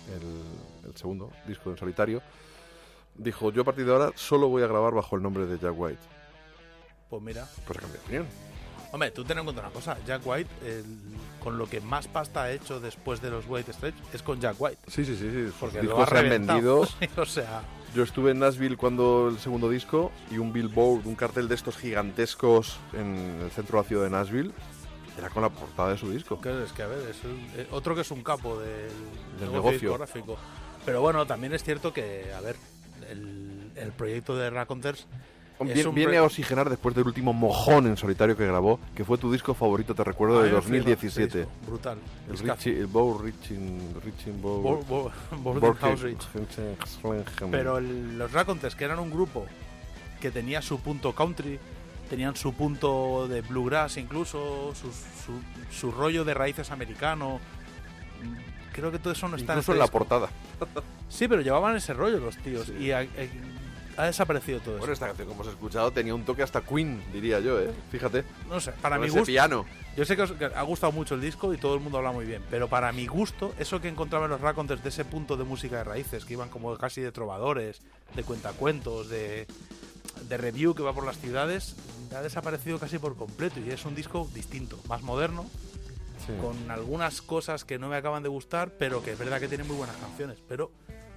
el segundo disco en solitario, dijo: yo a partir de ahora solo voy a grabar bajo el nombre de Jack White. Pues mira. Pues cambié de opinión. Hombre, tú ten en cuenta una cosa, Jack White, con lo que más pasta ha hecho después de los White Stripes es con Jack White. Sí. Porque los lo ha discos se han vendido. O sea, yo estuve en Nashville cuando el segundo disco, y un billboard, un cartel de estos gigantescos en el centro de la ciudad de Nashville, Era con la portada de su disco. Es que, a ver, es otro que es un capo del negocio discográfico. Pero bueno, también es cierto que, a ver, el proyecto de Raconteurs Viene a oxigenar después del último mojón en solitario que grabó, que fue tu disco favorito, te recuerdo, de 2017. Brutal. El Bow Riching Bow. Pero los Raconteurs, que eran un grupo que tenía su punto country, tenían su punto de bluegrass incluso, su rollo de raíces americano. Creo que todo eso no está incluso en la portada. Sí, pero llevaban ese rollo los tíos. Sí. Y ha desaparecido todo Bueno, eso. esta canción, como has escuchado, tenía un toque hasta Queen, diría yo, fíjate. No sé, para Con mi ese gusto. piano. Yo sé que os ha gustado mucho el disco y todo el mundo habla muy bien, pero para mi gusto, eso que encontraba en los Raconteurs de ese punto de música de raíces, que iban como casi de trovadores, de cuentacuentos, de review que va por las ciudades, ha desaparecido casi por completo y es un disco distinto, más moderno, Sí. con algunas cosas que no me acaban de gustar, pero que es verdad que tiene muy buenas canciones, pero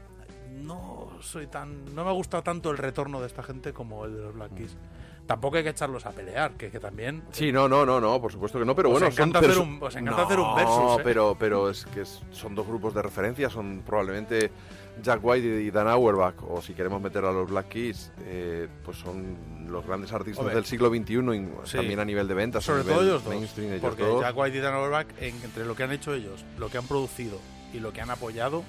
no me ha gustado tanto el retorno de esta gente como el de los Black Keys. Tampoco hay que echarlos a pelear, que también. Sí, no, por supuesto que no, pero Os bueno, encanta hacer un versus, ¿eh? pero es que son dos grupos de referencia, son probablemente Jack White y Dan Auerbach, o si queremos meter a los Black Keys, pues son los grandes artistas Hombre, del siglo XXI, y sí. también a nivel de ventas, Sobre a nivel todo ellos dos, mainstream, ellos porque dos. Jack White y Dan Auerbach, entre lo que han hecho ellos, lo que han producido y lo que han apoyado,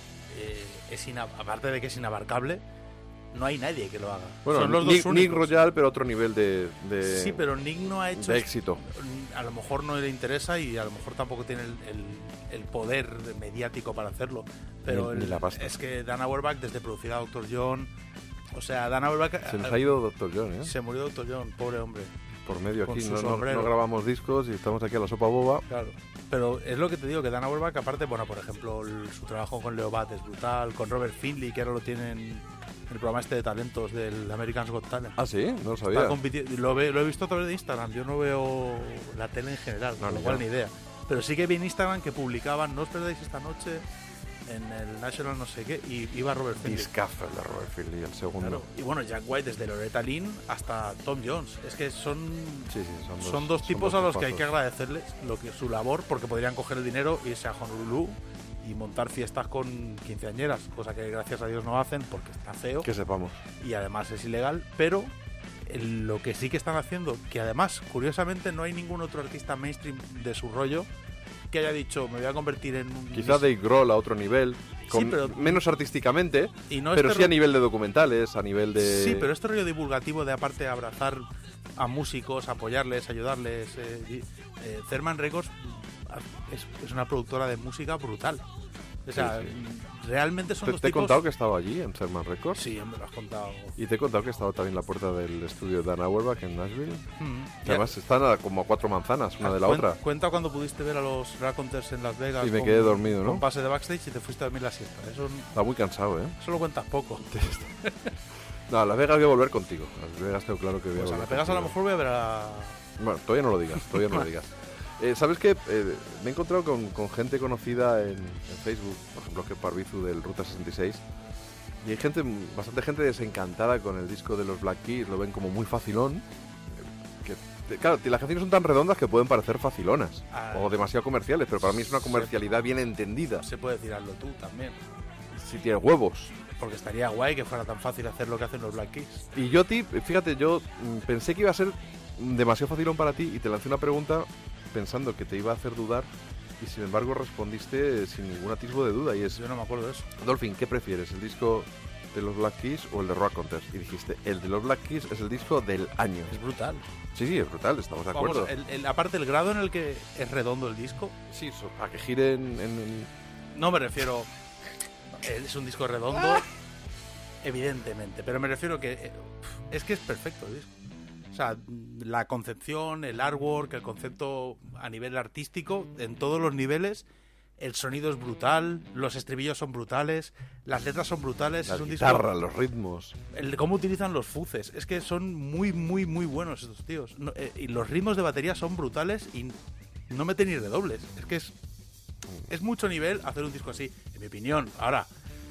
aparte de que es inabarcable, no hay nadie que lo haga. Bueno, Son los dos Nick únicos. Royal, pero otro nivel de Sí, pero Nick no ha hecho de éxito. A lo mejor no le interesa y a lo mejor tampoco tiene el poder mediático para hacerlo. Pero Ni la pasta. es que Dan Auerbach, desde producir a Dr. John, o sea, Dan Auerbach Se nos ha ido Dr. John, se murió Dr. John, pobre hombre. por medio con aquí, su no sombrero. grabamos discos y estamos aquí a la sopa boba. Claro, pero es lo que te digo, que Dan Auerbach, aparte, bueno, por ejemplo, su trabajo con Leo Bat es brutal, con Robert Findlay, que ahora lo tienen en el programa este de talentos del American's Got Talent. Ah, sí, no lo Está sabía. lo he visto a través de Instagram, yo no veo la tele en general, con lo cual ni idea. Pero sí que vi en Instagram que publicaban, no os perdáis esta noche en el National no sé qué, y iba Robert Findlay. Discazo el de Robert Findlay, el segundo. Claro. Y bueno, Jack White desde Loretta Lynn hasta Tom Jones. Es que son dos tipos a los que hay que agradecerles su labor, porque podrían coger el dinero, irse a Honolulu y montar fiestas con quinceañeras, cosa que gracias a Dios no hacen porque está feo Que sepamos. y además es ilegal, pero lo que sí que están haciendo, que además, curiosamente, no hay ningún otro artista mainstream de su rollo que haya dicho, me voy a convertir en un... Quizá Dave Grohl a otro nivel, pero menos artísticamente, y no pero este sí a ro- nivel de documentales, a nivel de... Sí, pero este rollo divulgativo de aparte abrazar a músicos, apoyarles, ayudarles. Therman Records es una productora de música brutal. O sea, Sí, realmente son ¿Te dos he tipos... contado que estaba allí, en Sherman Records? Sí, me lo has contado. Y te he contado que estaba también en la puerta del estudio de Dan Auerbach en Nashville. Mm. Que además están a como a 4 manzanas una de la otra. Cuenta cuando pudiste ver a los Raconteurs en Las Vegas. Y me quedé dormido, ¿no? Con pase de backstage y te fuiste a dormir la siesta. Eso Estaba muy cansado, ¿eh? lo cuentas poco. No, a Las Vegas voy a volver contigo. A Las Vegas tengo claro que voy a Pues a volver Las Vegas a lo contigo. mejor voy a ver a... Bueno, todavía no lo digas, todavía no lo digas. ¿Sabes qué? Me he encontrado con gente conocida en Facebook, por ejemplo, que Parbizu del Ruta 66, y hay bastante gente desencantada con el disco de los Black Keys, lo ven como muy facilón. Claro, las canciones son tan redondas que pueden parecer facilonas o demasiado comerciales, pero para mí es una comercialidad bien entendida. Se puede tirarlo tú también. Si tienes huevos. Porque estaría guay que fuera tan fácil hacer lo que hacen los Black Keys. Y yo, fíjate, yo pensé que iba a ser demasiado facilón para ti y te lancé una pregunta pensando que te iba a hacer dudar y sin embargo respondiste sin ningún atisbo de duda y es: Yo no me acuerdo de eso. Dolphin, ¿qué prefieres? ¿El disco de los Black Keys o el de Raconteurs? Y dijiste, el de los Black Keys es el disco del año. Es brutal. Sí, es brutal, estamos de acuerdo. Vamos, aparte el grado en el que es redondo el disco, Sí, a que gire en... no me refiero... Es un disco redondo, evidentemente, pero me refiero que es perfecto el disco. O sea, la concepción, el artwork, el concepto a nivel artístico, en todos los niveles, el sonido es brutal, los estribillos son brutales, las letras son brutales. La es un guitarra, disco, los ritmos. cómo utilizan los fuces, es que son muy, muy, muy buenos estos tíos. Y los ritmos de batería son brutales y no meten ni redobles. Es que es mucho nivel hacer un disco así, en mi opinión. Ahora,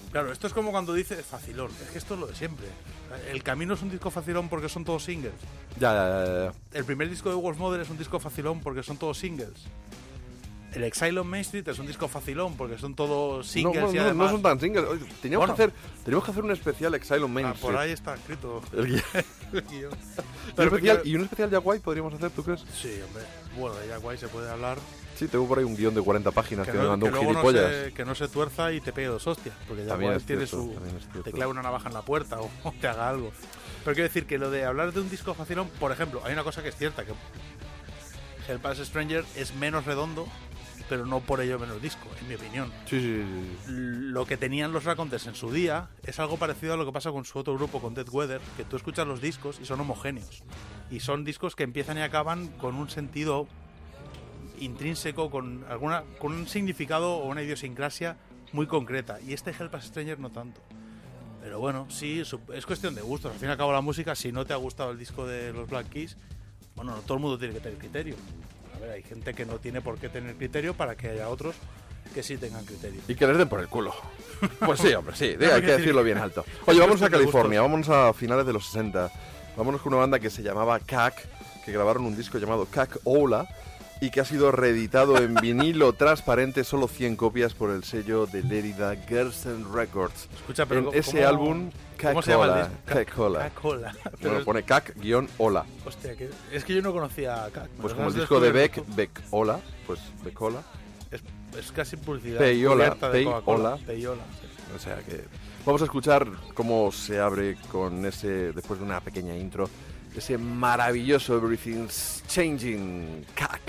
Claro, esto es como cuando dices facilón. Es que esto es lo de siempre. El Camino es un disco facilón porque son todos singles. Ya. El primer disco de Wolf Mother es un disco facilón porque son todos singles. El Exile on Main Street es un disco facilón porque son todos singles y además... No son tan singles. Oye, teníamos que hacer un especial Exile on Main Street. Por ahí está escrito. El guión. El guión. Y un especial Jack White podríamos hacer, ¿tú crees? Sí, hombre. Bueno, de Jack White se puede hablar. Sí, tengo por ahí un guión de 40 páginas que me no, mandó un luego gilipollas. que no se tuerza y te pegue 2 hostias. Porque Jack También White es tiene cierto, también es cierto. te clava una navaja en la puerta o te haga algo. Pero quiero decir que lo de hablar de un disco facilón, por ejemplo, hay una cosa que es cierta, que Hell Pass Stranger es menos redondo, pero no por ello menos disco, en mi opinión. Sí. Lo que tenían los Raconteurs en su día es algo parecido a lo que pasa con su otro grupo, con Dead Weather, que tú escuchas los discos y son homogéneos. Y son discos que empiezan y acaban con un sentido intrínseco, con un significado o una idiosincrasia muy concreta. Y este Hell Pass Stranger no tanto. Pero bueno, sí, es cuestión de gustos. Al fin y al cabo la música, si no te ha gustado el disco de los Black Keys, bueno, no todo el mundo tiene que tener criterio. A ver, hay gente que no tiene por qué tener criterio para que haya otros que sí tengan criterio. Y que les den por el culo. Pues sí, hombre, sí, hay que decirlo bien alto. Oye, vámonos a California, vámonos a finales de los 60. Vámonos con una banda que se llamaba CAC, que grabaron un disco llamado CAC Ola y que ha sido reeditado en vinilo transparente, solo 100 copias por el sello de Lérida Gersten Records. Escucha, pero en ese álbum, ¿cómo se llama el disco? CAC Ola. CAC Ola. Bueno, pone CAC-Ola. Hostia, es que yo no conocía a CAC. Pues como el disco de Beck Ola, pues Beck Ola. Es casi publicidad. Peyola, Peyola. O sea que vamos a escuchar cómo se abre con ese, después de una pequeña intro, ese maravilloso Everything's Changing, CAC.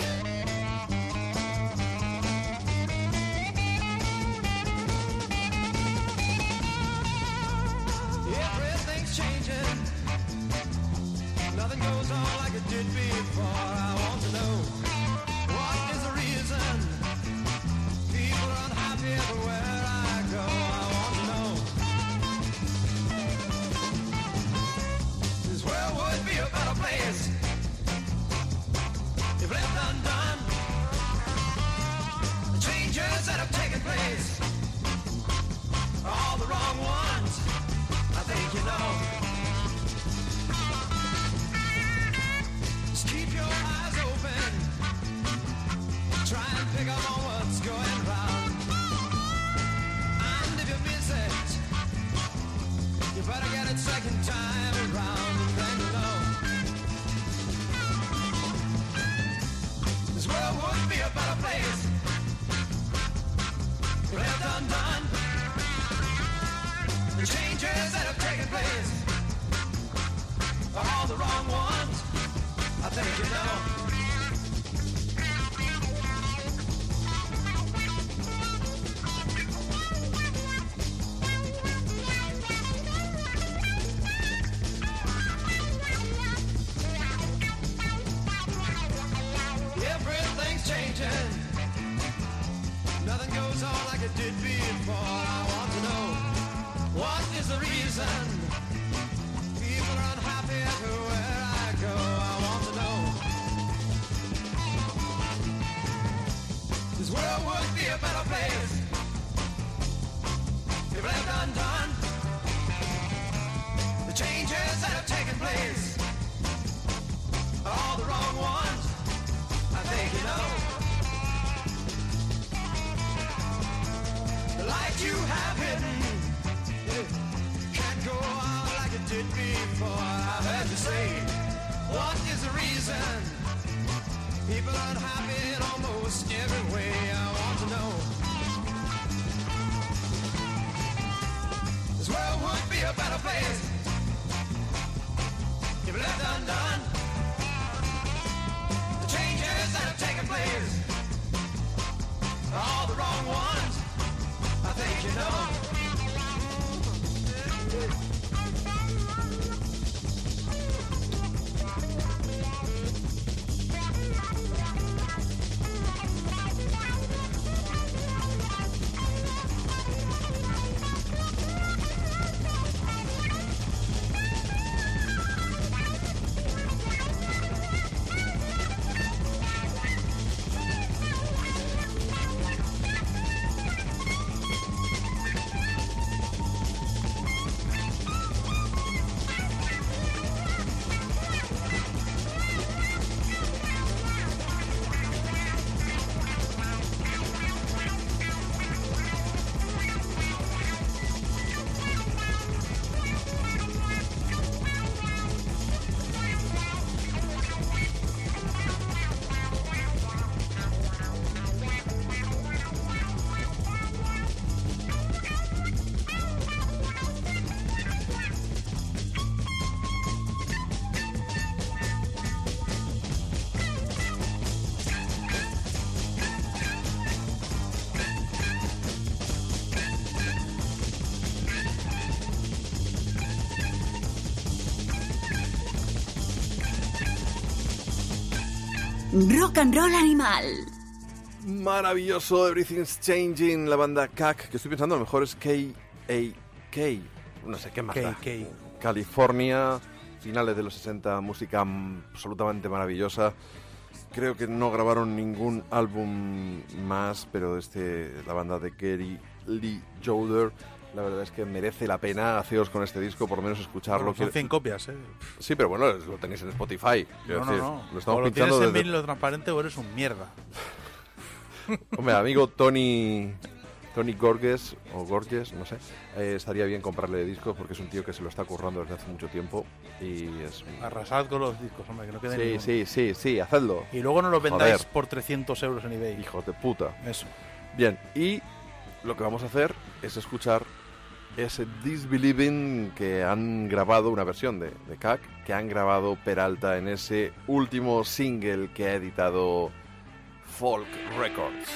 Everything's changing. Nothing goes on like it did before. I want to know what is the reason. People are unhappy everywhere I go. I want to know. This world would be a better place if left undone. The changes that have taken place are all the wrong ones. I think you know. Just keep your eyes open. Try and pick up on what's going round. And if you miss it, you better get it second time around. And then you know this world would be a better place if left undone. The changes that have taken place are all the wrong ones. I think you know. Everything's changing. Nothing goes on like it did before. I want to know. What is the reason? People are unhappy everywhere I go. I want to know. This world would be a better place if left undone. The changes that have taken place are all the wrong ones. I think you know. The light you have hidden can't go on like it did before. I heard you say, what is the reason? People are unhappy in almost every way. I want to know. This world would be a better place if left undone. The changes that have taken place are all the wrong ones. I think you know. Rock and Roll Animal. Maravilloso, Everything's Changing, la banda CAC, que estoy pensando a lo mejor es K.A.K. No sé qué más da. KK. California, finales de los 60, música absolutamente maravillosa. Creo que no grabaron ningún álbum más, pero la banda de Gary Lee Joder, la verdad es que merece la pena haceros con este disco, por lo menos escucharlo. Bueno, son 100 copias, ¿eh? Sí, pero bueno, lo tenéis en Spotify. Quiero decir, No. Lo estamos O lo pinchando tienes en desde... vinilo transparente o eres un mierda. Hombre, amigo Tony Gorges, o Gorges, no sé, estaría bien comprarle discos porque es un tío que se lo está currando desde hace mucho tiempo y es... Arrasad con los discos, hombre, que no quede ninguno. Sí, hacedlo. Y luego no los vendáis Joder. por 300 euros en eBay. Hijos de puta. Eso. Bien, y lo que vamos a hacer es escuchar ese Disbelieving que han grabado, una versión de CAC, que han grabado Peralta en ese último single que ha editado Folk Records.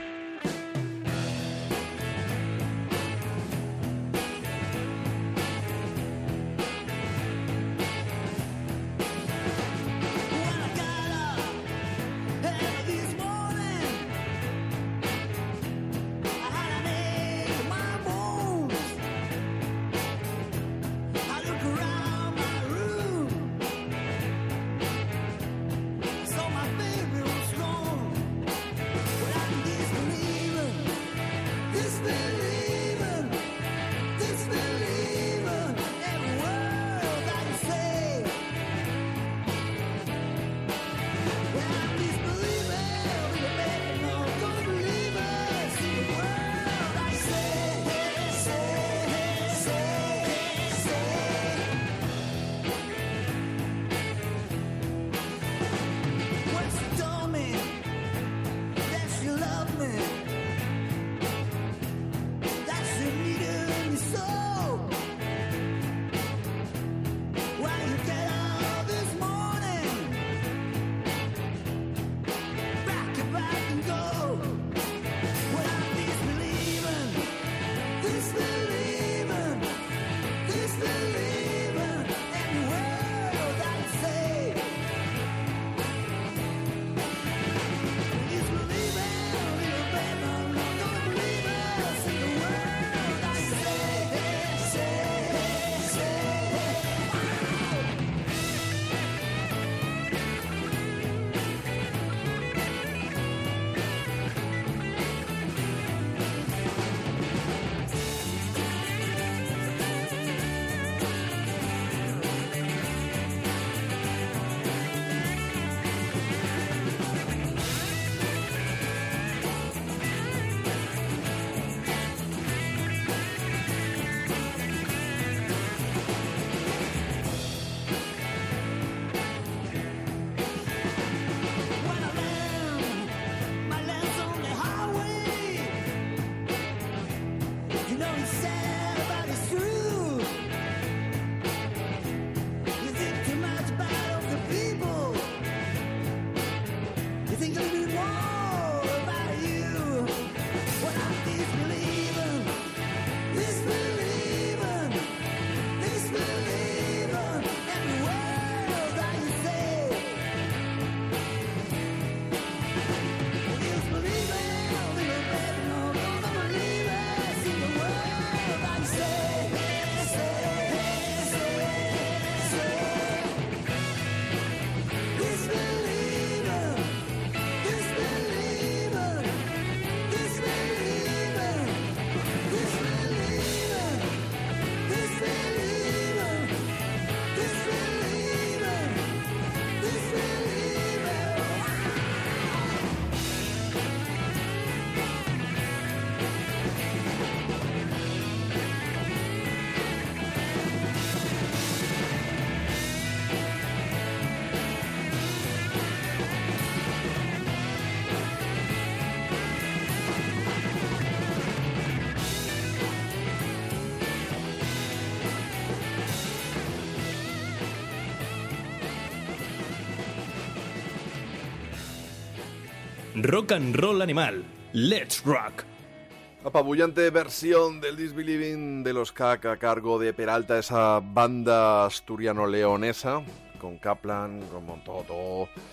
Rock and Roll Animal. Let's Rock. Apabullante versión del Disbelieving de los CAC a cargo de Peralta, esa banda asturiano-leonesa, con Kaplan, con Montoto,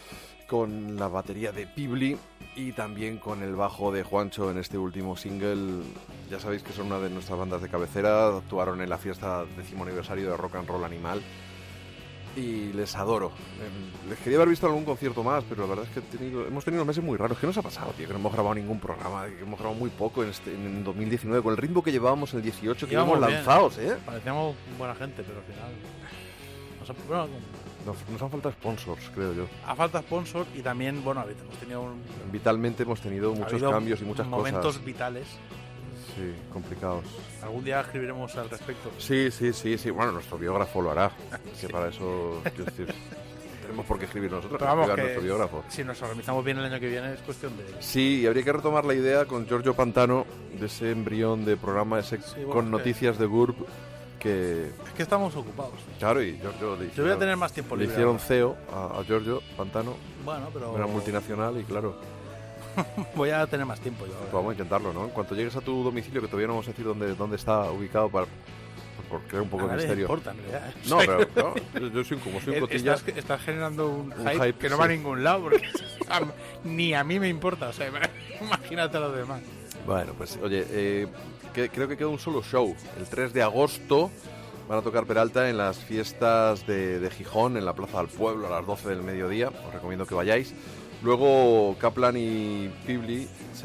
con la batería de Pibli y también con el bajo de Juancho en este último single. Ya sabéis que son una de nuestras bandas de cabecera, actuaron en la fiesta 10º aniversario de Rock and Roll Animal y les adoro. Les quería haber visto en algún concierto más, pero la verdad es que hemos tenido unos meses muy raros. ¿Qué nos ha pasado, tío? Que no hemos grabado ningún programa, que hemos grabado muy poco en 2019, con el ritmo que llevábamos el 18, que íbamos lanzados, ¿eh? Parecíamos buena gente, pero al final... Nos han faltado sponsors, creo yo. Ha falta sponsor y también, bueno, hemos tenido Vitalmente hemos tenido muchos cambios y muchas momentos cosas. vitales. Sí, complicados. Algún día escribiremos al respecto. Sí. Bueno, nuestro biógrafo lo hará. Que para eso, quiero decir, tenemos por qué escribir nosotros, Pero vamos, escribir que nuestro biógrafo. si nos organizamos bien el año que viene es cuestión de... Sí, y habría que retomar la idea con Giorgio Pantano, de ese embrión de programa ese Sí, bueno, con es que- noticias de GURB, que... Es que estamos ocupados. Claro, y Giorgio le Yo voy a tener más tiempo le libre hicieron ahora. CEO a Giorgio Pantano, Bueno, pero... una multinacional, y claro, Voy a tener más tiempo yo ahora. pues vamos a intentarlo, ¿no? En cuanto llegues a tu domicilio, que todavía no vamos a decir dónde está ubicado, por crear un poco A de nadie le misterio. importa, en realidad, ¿eh? No, pero no, yo soy como soy un cotilla. Estás generando un Un hype, hype, que no va a sí. ningún lado, porque ni a mí me importa. O sea, imagínate a los demás. Bueno, pues oye, creo que queda un solo show. El 3 de agosto van a tocar Peralta en las fiestas de Gijón, en la Plaza del Pueblo, a las 12 del mediodía. Os recomiendo que vayáis. Luego Kaplan y Pibli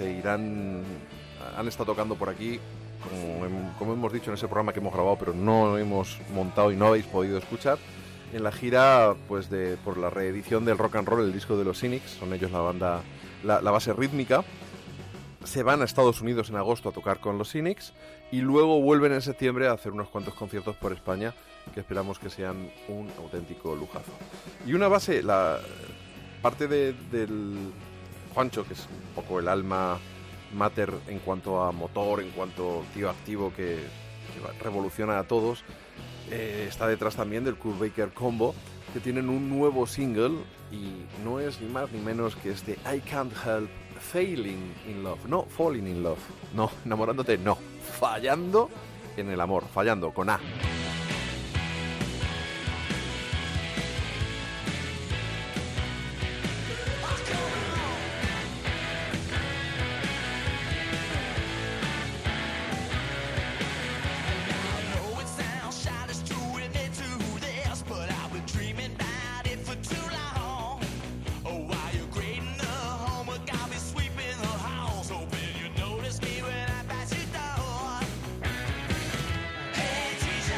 han estado tocando por aquí, como hemos dicho en ese programa que hemos grabado, pero no hemos montado y no habéis podido escuchar, en la gira pues por la reedición del Rock and Roll, el disco de los Cynics. Son ellos la banda, la base rítmica. Se van a Estados Unidos en agosto a tocar con los Cynics y luego vuelven en septiembre a hacer unos cuantos conciertos por España que esperamos que sean un auténtico lujazo. Y una base, la parte del Juancho, que es un poco el alma mater en cuanto a motor, en cuanto tío activo que revoluciona a todos, está detrás también del Kurt Baker Combo, que tienen un nuevo single y no es ni más ni menos que este I Can't Help Failing in Love. No falling in love, no enamorándote, no, fallando en el amor, fallando con A. know it sounds shy, it's true, admit to this, but I've been dreaming about it for too long. Oh, while you're grading the homework, I'll be sweeping the house, hoping you notice me when I pass your door. Hey, teacher.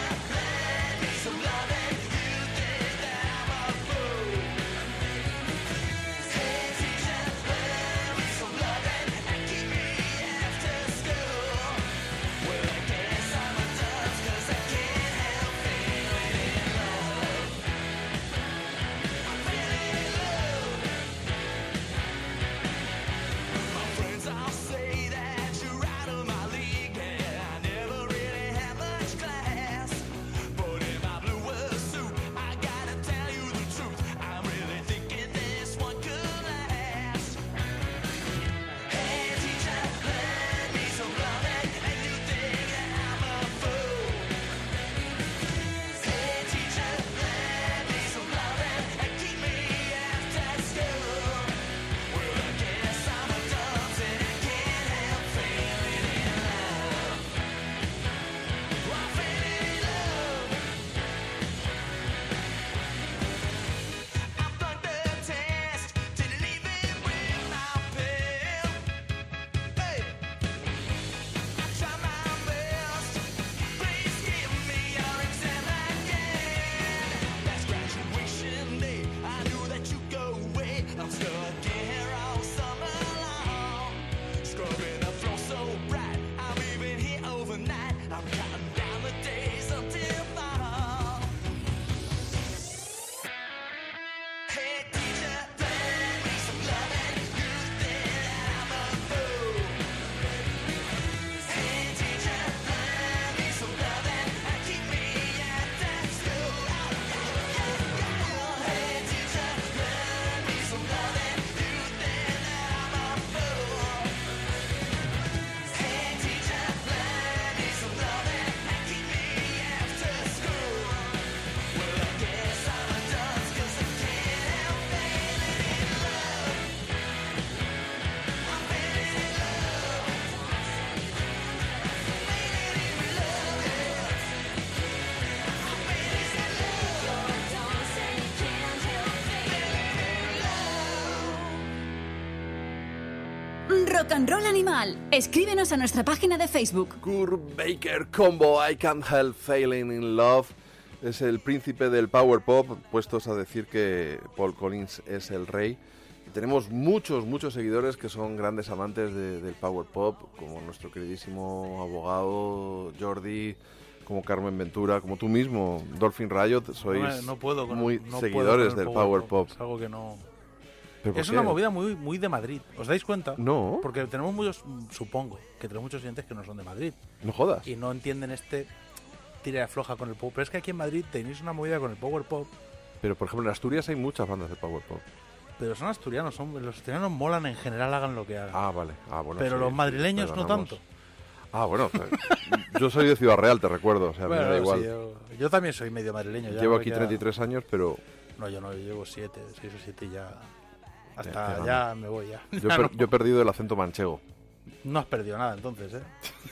and Roll Animal. Escríbenos a nuestra página de Facebook. Kurt Baker Combo, I Can't Help Falling in Love. Es el príncipe del power pop, puestos a decir que Paul Collins es el rey. Y tenemos muchos seguidores que son grandes amantes del power pop, como nuestro queridísimo abogado Jordi, como Carmen Ventura, como tú mismo, Dolphin Riot. Sois no puedo con muy no seguidores puedo del con el power pop. Es algo que no... ¿Pero por Es qué? una movida muy de Madrid. ¿Os dais cuenta? No. Porque tenemos muchos, supongo, que tenemos muchos oyentes que no son de Madrid No jodas. y no entienden tira de floja con el pop. Pero es que aquí en Madrid tenéis una movida con el power pop, Pero por ejemplo en Asturias hay muchas bandas de power pop. pero son asturianos. Los asturianos molan en general, hagan lo que hagan. Ah, vale. Bueno, pero sí, los sí, madrileños no perdonamos. tanto. Ah, bueno. Yo soy de Ciudad Real, te recuerdo. O sea, a mí me da Bueno, igual. sí, yo también soy medio madrileño. Ya Llevo me aquí queda- 33 años, pero No, yo no, yo llevo 6 o 7 y ya... Te Hasta gano. ya me voy ya. yo, Ya yo he perdido el acento manchego. no has perdido nada entonces, ¿eh?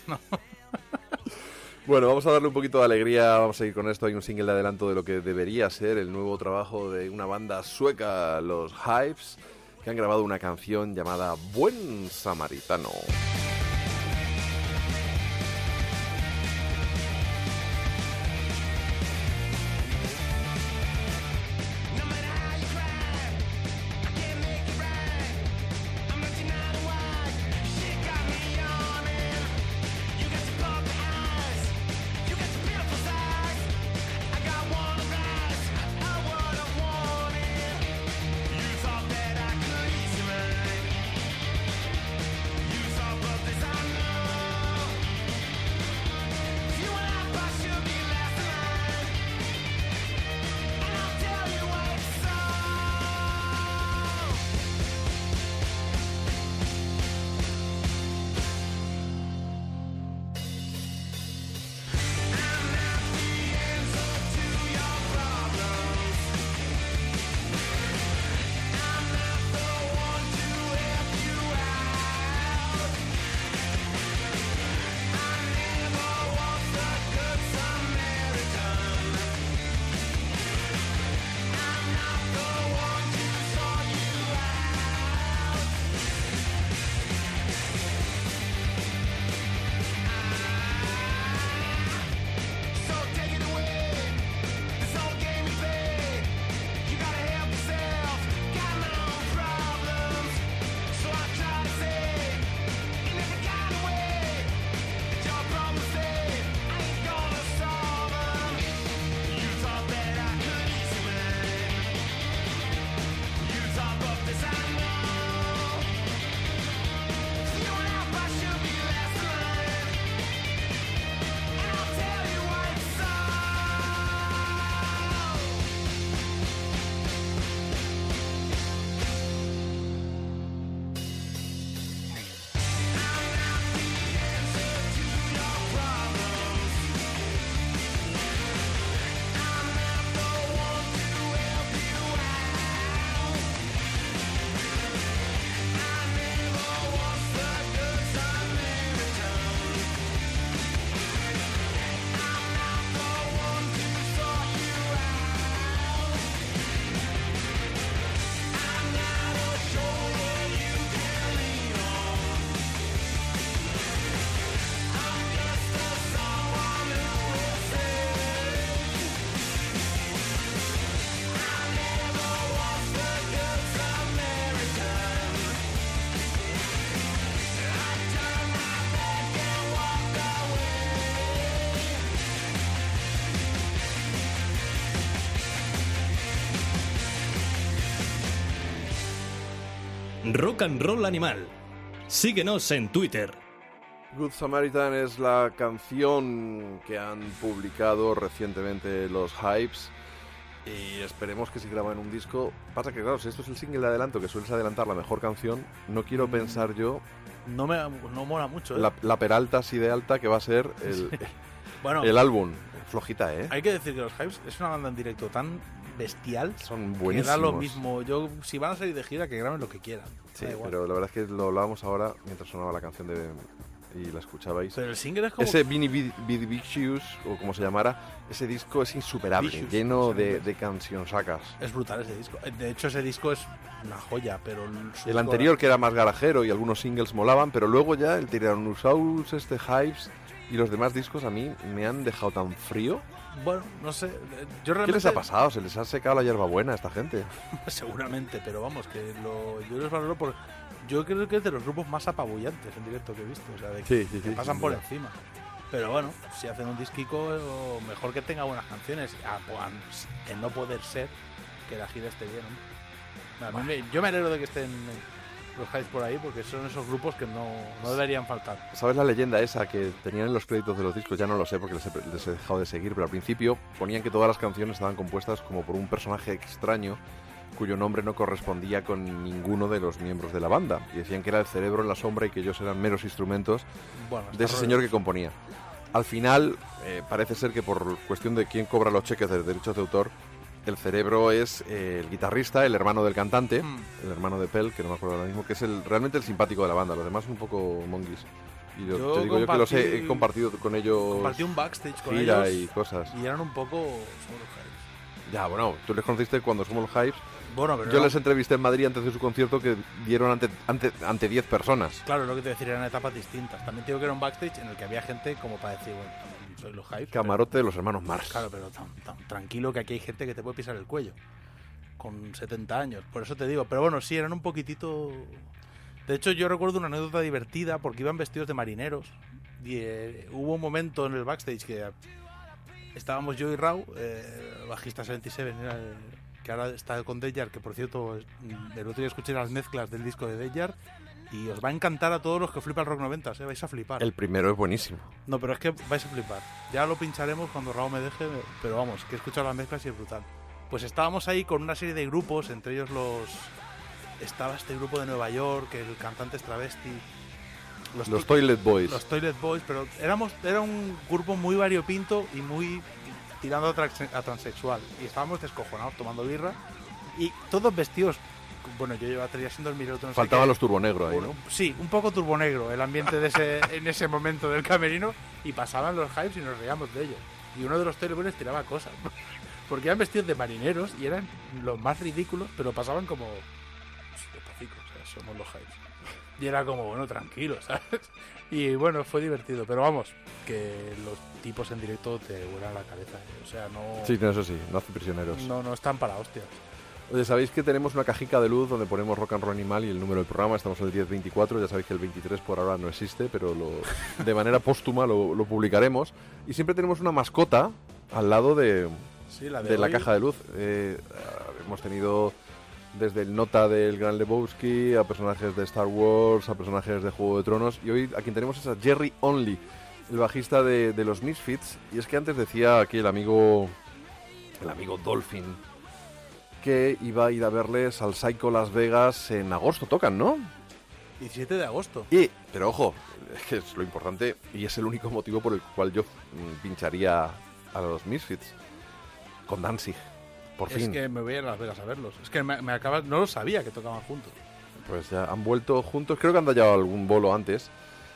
Bueno, vamos a darle un poquito de alegría, vamos a ir con esto. Hay un single de adelanto de lo que debería ser el nuevo trabajo de una banda sueca, los Hives, que han grabado una canción llamada Buen Samaritano. Rock and Roll Animal. Síguenos en Twitter. Good Samaritan es la canción que han publicado recientemente los Hives y esperemos que se graben un disco. Pasa que claro, si esto es el single de adelanto, que sueles adelantar la mejor canción, no quiero pensar yo No mola mucho, ¿eh? la peralta así de alta que va a ser Bueno, el álbum. Flojita, ¿eh? hay que decir que los Hives es una banda en directo tan bestial Son que buenísimos. da lo mismo. Si van a salir de gira, que graben lo que quieran. Sí, Da igual. pero la verdad es que lo hablábamos ahora mientras sonaba la canción y la escuchabais. Pero el single es como... Ese Vinny Vicious, o como se llamara, ese disco es insuperable, Vicious, lleno en inglés. de cancionsacas. Es brutal ese disco. De hecho, ese disco es una joya, pero... El anterior, que era más garajero y algunos singles molaban, pero luego ya el Tyrannosaurus, Hives y los demás discos a mí me han dejado tan frío. Bueno, no sé. Yo ¿Qué realmente... les ha pasado? ¿Se les ha secado la hierbabuena a esta gente? Seguramente, pero vamos, que yo los valoro por... Yo creo que es de los grupos más apabullantes en directo que he visto. O sea, de que, Sí, que pasan sin por duda. encima. Pero bueno, si hacen un disquico, mejor que tenga buenas canciones. El no poder ser que la gira esté bien, ¿no? Yo me alegro de que estén los Hives por ahí, porque son esos grupos que no deberían faltar. ¿Sabes la leyenda esa que tenían en los créditos de los discos? Ya no lo sé porque les he dejado de seguir, pero al principio ponían que todas las canciones estaban compuestas como por un personaje extraño cuyo nombre no correspondía con ninguno de los miembros de la banda. Y decían que era el cerebro en la sombra y que ellos eran meros instrumentos Bueno, de ese señor que componía. Al final, parece ser que por cuestión de quién cobra los cheques de derechos de autor, el cerebro es el guitarrista, el hermano del cantante, el hermano de Pell, que no me acuerdo ahora mismo, que es realmente el simpático de la banda. Los demás un poco monguis. Y Yo te digo yo que los he compartido con ellos. Compartí un backstage con gira ellos y cosas. y eran un poco... Somos los Hives. Ya, bueno, tú les conociste cuando somos los Hives. Bueno, pero Yo no- les entrevisté en Madrid antes de su concierto que dieron ante 10 personas. Claro, lo que te decía, eran etapas distintas. También te digo que era un backstage en el que había gente como para decir, bueno, soy los Hives. Camarote de los hermanos Marx. Claro, pero tan tranquilo que aquí hay gente que te puede pisar el cuello. Con 70 años. Por eso te digo. Pero bueno, sí, eran un poquitito... De hecho, yo recuerdo una anécdota divertida porque iban vestidos de marineros. Y hubo un momento en el backstage que estábamos yo y Rau, bajista 77, que ahora está con Dead, que por cierto, el otro día escuché las mezclas del disco de Dead, y os va a encantar a todos los que flipan el rock 90, vais a flipar. El primero es buenísimo. No, pero es que vais a flipar. Ya lo pincharemos cuando Raúl me deje, pero vamos, que he escuchado las mezclas y es brutal. Pues estábamos ahí con una serie de grupos, entre ellos estaba este grupo de Nueva York, que el cantante es travesti. Los Toilet Boys. Los Toilet Boys, pero era un grupo muy variopinto y muy tirando a transexual. Y estábamos descojonados tomando birra y todos vestidos. Bueno, yo traía siendo el minuto. Faltaban los turbonegros ahí, ¿no? Sí, un poco turbonegro el ambiente de en ese momento del camerino, y pasaban los Hives y nos reíamos de ellos. Y uno de los Toilet Boys tiraba cosas, porque eran vestidos de marineros y eran los más ridículos, pero pasaban como... Despacito, o sea, somos los Hives. Y era como, bueno, tranquilo, ¿sabes? Y bueno, fue divertido, pero vamos, que los tipos en directo te vuelan la cabeza, o sea, no... Sí, no, eso sí, no hace prisioneros. No están para hostias. Oye, sabéis que tenemos una cajica de luz donde ponemos Rock and Roll Animal y el número del programa. Estamos en el 1024. Ya sabéis que el 23 por ahora no existe, pero de manera póstuma lo publicaremos. Y siempre tenemos una mascota al lado de Sí, la la hoy- caja de luz. Hemos tenido desde el nota del Gran Lebowski a personajes de Star Wars, a personajes de Juego de Tronos. Y hoy a quien tenemos es a Jerry Only, el bajista de los Misfits. Y es que antes decía aquí el amigo Dolphin que iba a ir a verles al Psycho Las Vegas en agosto. Tocan, ¿no? 17 de agosto. Pero ojo, es que es lo importante y es el único motivo por el cual yo pincharía a los Misfits. Con Danzig, por Es fin. que me voy a Las Vegas a verlos. Es que me acaba... No lo sabía que tocaban juntos. Pues ya han vuelto juntos, creo que han dado algún bolo antes.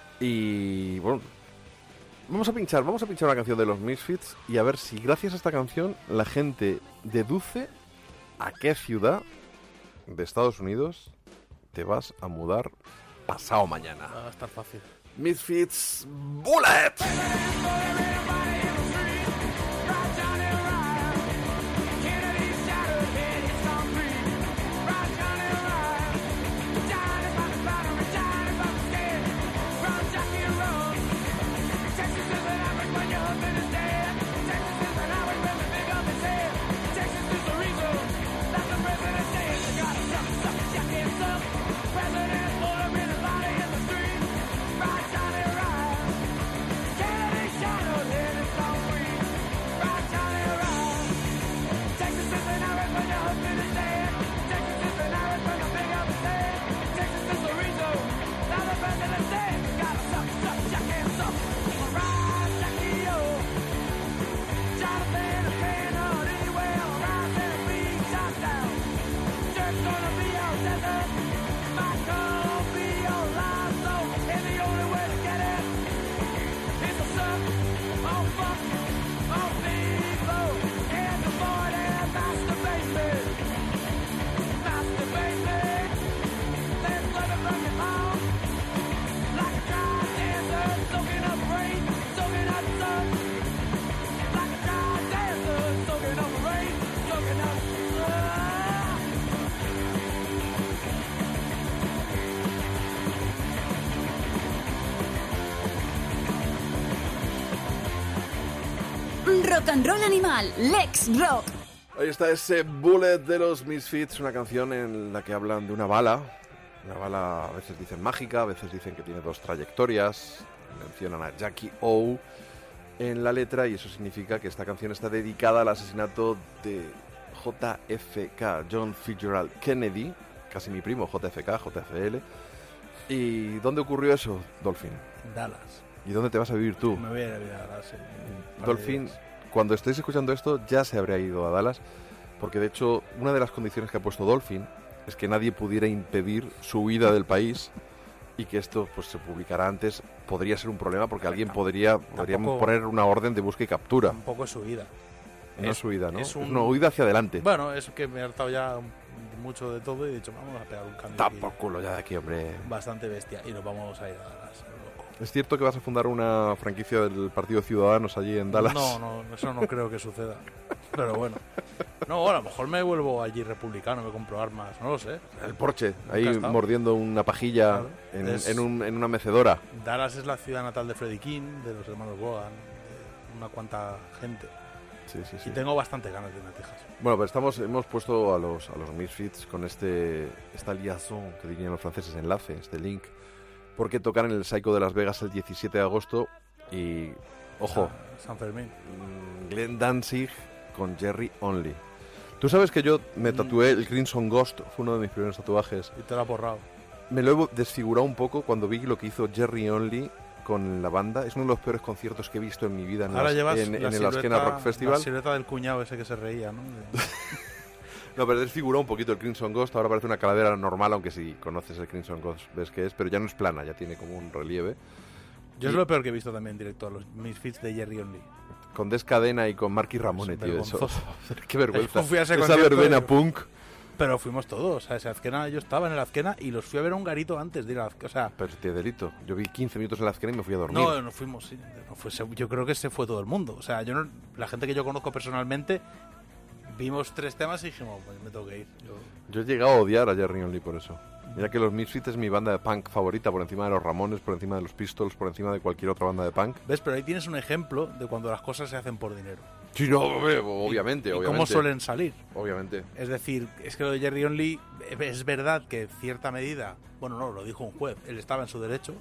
Y bueno, vamos a pinchar una canción de los Misfits y a ver si gracias a esta canción la gente deduce a qué ciudad de Estados Unidos te vas a mudar pasado mañana. Va a estar fácil. Misfits Bullet. President, Rock and Roll Animal, Lex Rock. Ahí está ese Bullet de los Misfits, una canción en la que hablan de una bala. Una bala, a veces dicen mágica, a veces dicen que tiene 2 trayectorias. Mencionan a Jackie O en la letra y eso significa que esta canción está dedicada al asesinato de JFK, John Fitzgerald Kennedy, casi mi primo, JFK, JFL. ¿Y dónde ocurrió eso, Dolphin? Dallas. ¿Y dónde te vas a vivir tú? Me voy a ir a Dallas. Un par de Dolphin, días. cuando estéis escuchando esto ya se habría ido a Dallas, porque de hecho una de las condiciones que ha puesto Dolphin es que nadie pudiera impedir su huida del país y que esto pues se publicara antes. Podría ser un problema porque alguien podría poner una orden de busca y captura. Un poco es su vida. No es huida, ¿no? es Es un- una huida hacia adelante. Bueno, es que me he hartado ya mucho de todo y he dicho, vamos a pegar un cambio Tapa aquí el culo ya de aquí, hombre. bastante bestia y nos vamos a ir a Dallas. Loco. ¿Es cierto que vas a fundar una franquicia del Partido Ciudadanos allí en Dallas? No, eso no creo que suceda. Pero bueno. No, a lo mejor me vuelvo allí republicano, me compro armas, no lo sé. El Porsche, Nunca ahí he estado. mordiendo una pajilla Claro. en una mecedora. Dallas es la ciudad natal de Freddie King, de los hermanos Bogan, de una cuanta gente. Sí, sí, sí. Y tengo bastante ganas de ir a Texas. Bueno, pues hemos puesto a los Misfits con esta liaison, que dirían los franceses, enlace, este link, porque tocan en el Psycho de Las Vegas el 17 de agosto y, ojo, San Fermín. Glenn Danzig con Jerry Only. Tú sabes que yo me tatué el Crimson Ghost, fue uno de mis primeros tatuajes. Y te lo ha borrado. Me lo he desfigurado un poco cuando vi lo que hizo Jerry Only con la banda. Es uno de los peores conciertos que he visto en mi vida Ahora llevas en la el Askena Rock la Festival. silueta del cuñado ese que se reía, ¿no? No, pero desfiguró un poquito el Crimson Ghost. Ahora parece una calavera normal, aunque si conoces el Crimson Ghost ves que es, pero ya no es plana, ya tiene como un relieve. Yo es lo peor que he visto también en directo, a los Misfits de Jerry Only. Con Descadena y con Marky Ramone, Es tío. Eso. vergonzoso. Qué vergüenza. Yo fui a ese Esa concierto verbena y- punk. Pero fuimos todos, a ese Azkena, yo estaba en el Azkena y los fui a ver a un garito antes de ir a Azkena. O sea, Pero tío, delito. Yo vi 15 minutos en la Askena y me fui a dormir. no, no fuimos, sí, no fue, yo creo que se fue todo el mundo. O sea, la gente que yo conozco personalmente, vimos 3 temas y dijimos, pues me tengo que ir. Yo he llegado a odiar a Jerry Only por eso. Mira que los Misfits es mi banda de punk favorita, por encima de los Ramones, por encima de los Pistols, por encima de cualquier otra banda de punk. ¿Ves? Pero ahí tienes un ejemplo de cuando las cosas se hacen por dinero. Sí, no, obviamente, y obviamente. cómo suelen salir. Obviamente. Es decir, es que lo de Jerry Only es verdad que en cierta medida, bueno, no, lo dijo un juez, él estaba en su derecho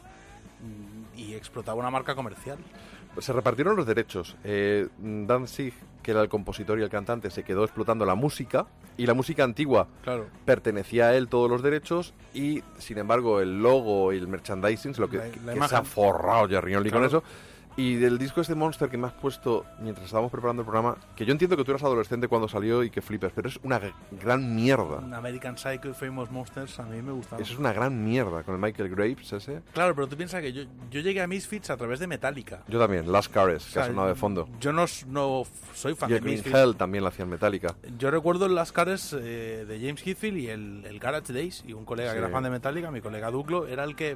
y explotaba una marca comercial. Se repartieron los derechos. Danzig, que era el compositor y el cantante, se quedó explotando la música y la música antigua Claro. pertenecía a él todos los derechos y, sin embargo, el logo y el merchandising, lo que, La que imagen. se ha forrado Jerry Only con Claro. eso. Y del disco este Monster que me has puesto mientras estábamos preparando el programa, que yo entiendo que tú eras adolescente cuando salió y que flipas, pero es una gran mierda. Un American Psycho y Famous Monsters a mí me gustaba. Eso es una gran mierda con el Michael Graves ese. Claro, pero tú piensas que yo llegué a Misfits a través de Metallica. Yo también, Last Cars, que O sea, ha sonado de fondo. Yo no soy fan Y de el Green Misfits. Hell también la hacían Metallica. Yo recuerdo el Last Cars de James Hetfield y el Garage Days, y un colega Sí. que era fan de Metallica, mi colega Duclo, era el que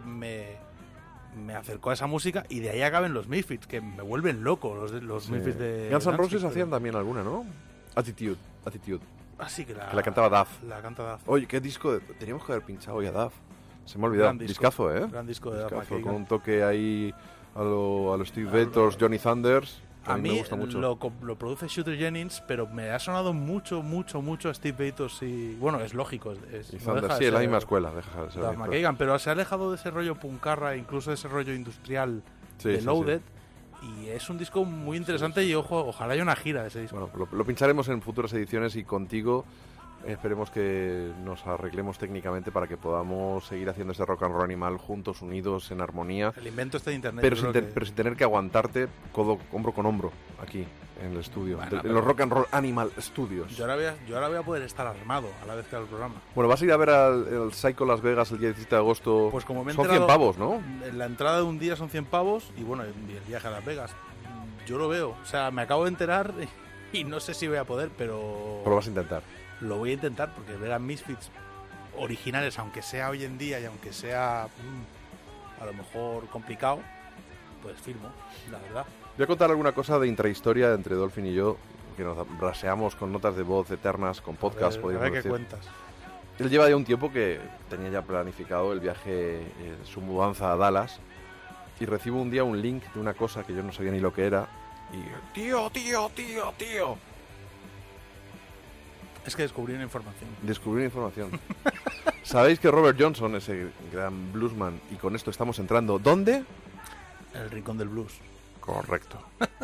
me acercó a esa música, y de ahí acaban los Misfits, que me vuelven loco los Misfits de Guns N' Roses Danzig, hacían pero- también alguna, ¿no? Attitude. Ah, sí, que la cantaba Duff. La canta Duff. Oye, qué disco. Teníamos que haber pinchado hoy a Duff. Se me ha olvidado. Gran disco. Discazo, ¿eh? Gran disco de Duff Discazo, McKagan. con un toque ahí a los Steve Vetors, Johnny Thunders. A mí me gusta mucho. lo produce Shooter Jennings, pero me ha sonado mucho a Steve Vetors y... Bueno, es lógico. Y no Thunders, deja de sí, es la ser misma escuela. Deja de ser Duff la misma McKagan, pero se ha alejado de ese rollo puncarra, incluso de ese rollo industrial Sí, de sí, Loaded. Y es un disco muy interesante y ojalá haya una gira de ese disco. Bueno, lo pincharemos en futuras ediciones y contigo esperemos que nos arreglemos técnicamente para que podamos seguir haciendo este rock and roll animal juntos, unidos, en armonía, El invento está de internet. pero yo sin, creo que- pero sin tener que aguantarte hombro con hombro aquí en el estudio, Bueno, en pero- los Rock and Roll Animal Studios. yo ahora voy a poder estar armado a la vez que haga el programa. Bueno, vas a ir a ver al Psycho Las Vegas el día 17 de agosto. Pues como me he Son 100 enterado- pavos, ¿no? La entrada de un día son 100 pavos y bueno, el viaje a Las Vegas. Yo lo veo. O sea, me acabo de enterar y no sé si voy a poder, pero... Pero lo vas a intentar. Lo voy a intentar porque ver a Misfits originales, aunque sea hoy en día y aunque sea a lo mejor complicado, pues firmo, la verdad. Voy a contar alguna cosa de intrahistoria entre Dolphin y yo, que nos braseamos con notas de voz eternas, con podcast, a podríamos ver qué decir. cuentas. Él lleva ya un tiempo que tenía ya planificado el viaje, su mudanza a Dallas, y recibo un día un link de una cosa que yo no sabía ni lo que era, Y tío. Es que descubrí una información. Descubrí información. ¿Sabéis que Robert Johnson, ese gran bluesman, y con esto estamos entrando, ¿dónde? El rincón del blues. Correcto.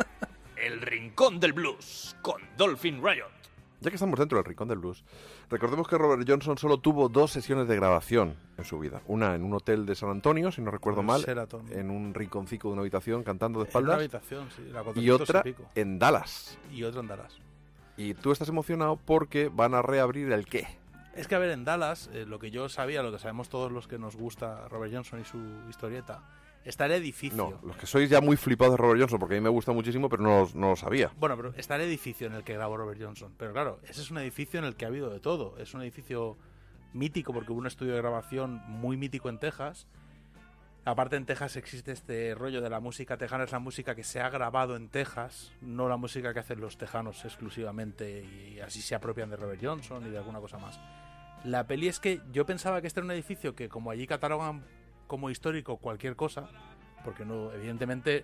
El Rincón del Blues con Dolphin Riot. Ya que estamos dentro del Rincón del Blues, recordemos que Robert Johnson solo tuvo 2 sesiones de grabación en su vida. Una en un hotel de San Antonio, si no recuerdo mal, Sheraton. en un rinconcico de una habitación cantando de En una espaldas, habitación, sí. La y 400 otra y pico. en Dallas. Y otra en Dallas. Y tú estás emocionado porque van a reabrir el qué. Es que, a ver, en Dallas, lo que yo sabía, lo que sabemos todos los que nos gusta Robert Johnson y su historieta, está el edificio. No, los que sois ya muy flipados de Robert Johnson, porque a mí me gusta muchísimo, pero no lo sabía. Bueno, pero está el edificio en el que grabó Robert Johnson. Pero claro, ese es un edificio en el que ha habido de todo. Es un edificio mítico porque hubo un estudio de grabación muy mítico en Texas. Aparte, en Texas existe este rollo de la música tejana, es la música que se ha grabado en Texas, no la música que hacen los tejanos exclusivamente y así se apropian de Robert Johnson y de alguna cosa más. La peli es que yo pensaba que este era un edificio que, como allí catalogan como histórico cualquier cosa, porque no, evidentemente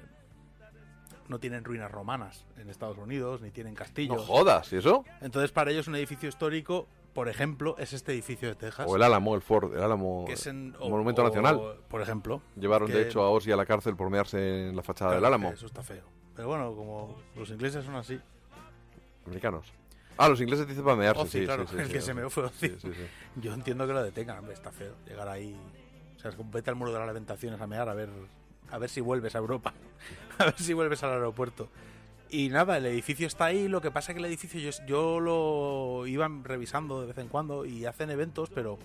no tienen ruinas romanas en Estados Unidos, ni tienen No castillos. jodas, ¿y eso? Entonces, para ellos un edificio histórico, por ejemplo, es este edificio de Texas. O el Álamo, el Ford, el Álamo, que es en, Monumento Nacional. Por ejemplo. Llevaron, que- de hecho, a Ozzy a la cárcel por mearse en la fachada Claro, del Álamo. Eso está feo. Pero bueno, como los ingleses son así. Americanos. Ah, los ingleses dicen para mearse, Ozzy, sí, claro, sí, el que sí, se meó fue Ozzy. Sí, sí, sí. Yo entiendo que lo detengan, hombre, está feo. Llegar ahí. O sea, es como vete al muro de las lamentaciones a mear a ver si vuelves a Europa. A ver si vuelves al aeropuerto. Y nada, el edificio está ahí. Lo que pasa es que el edificio yo lo iba revisando de vez en cuando y hacen eventos, pero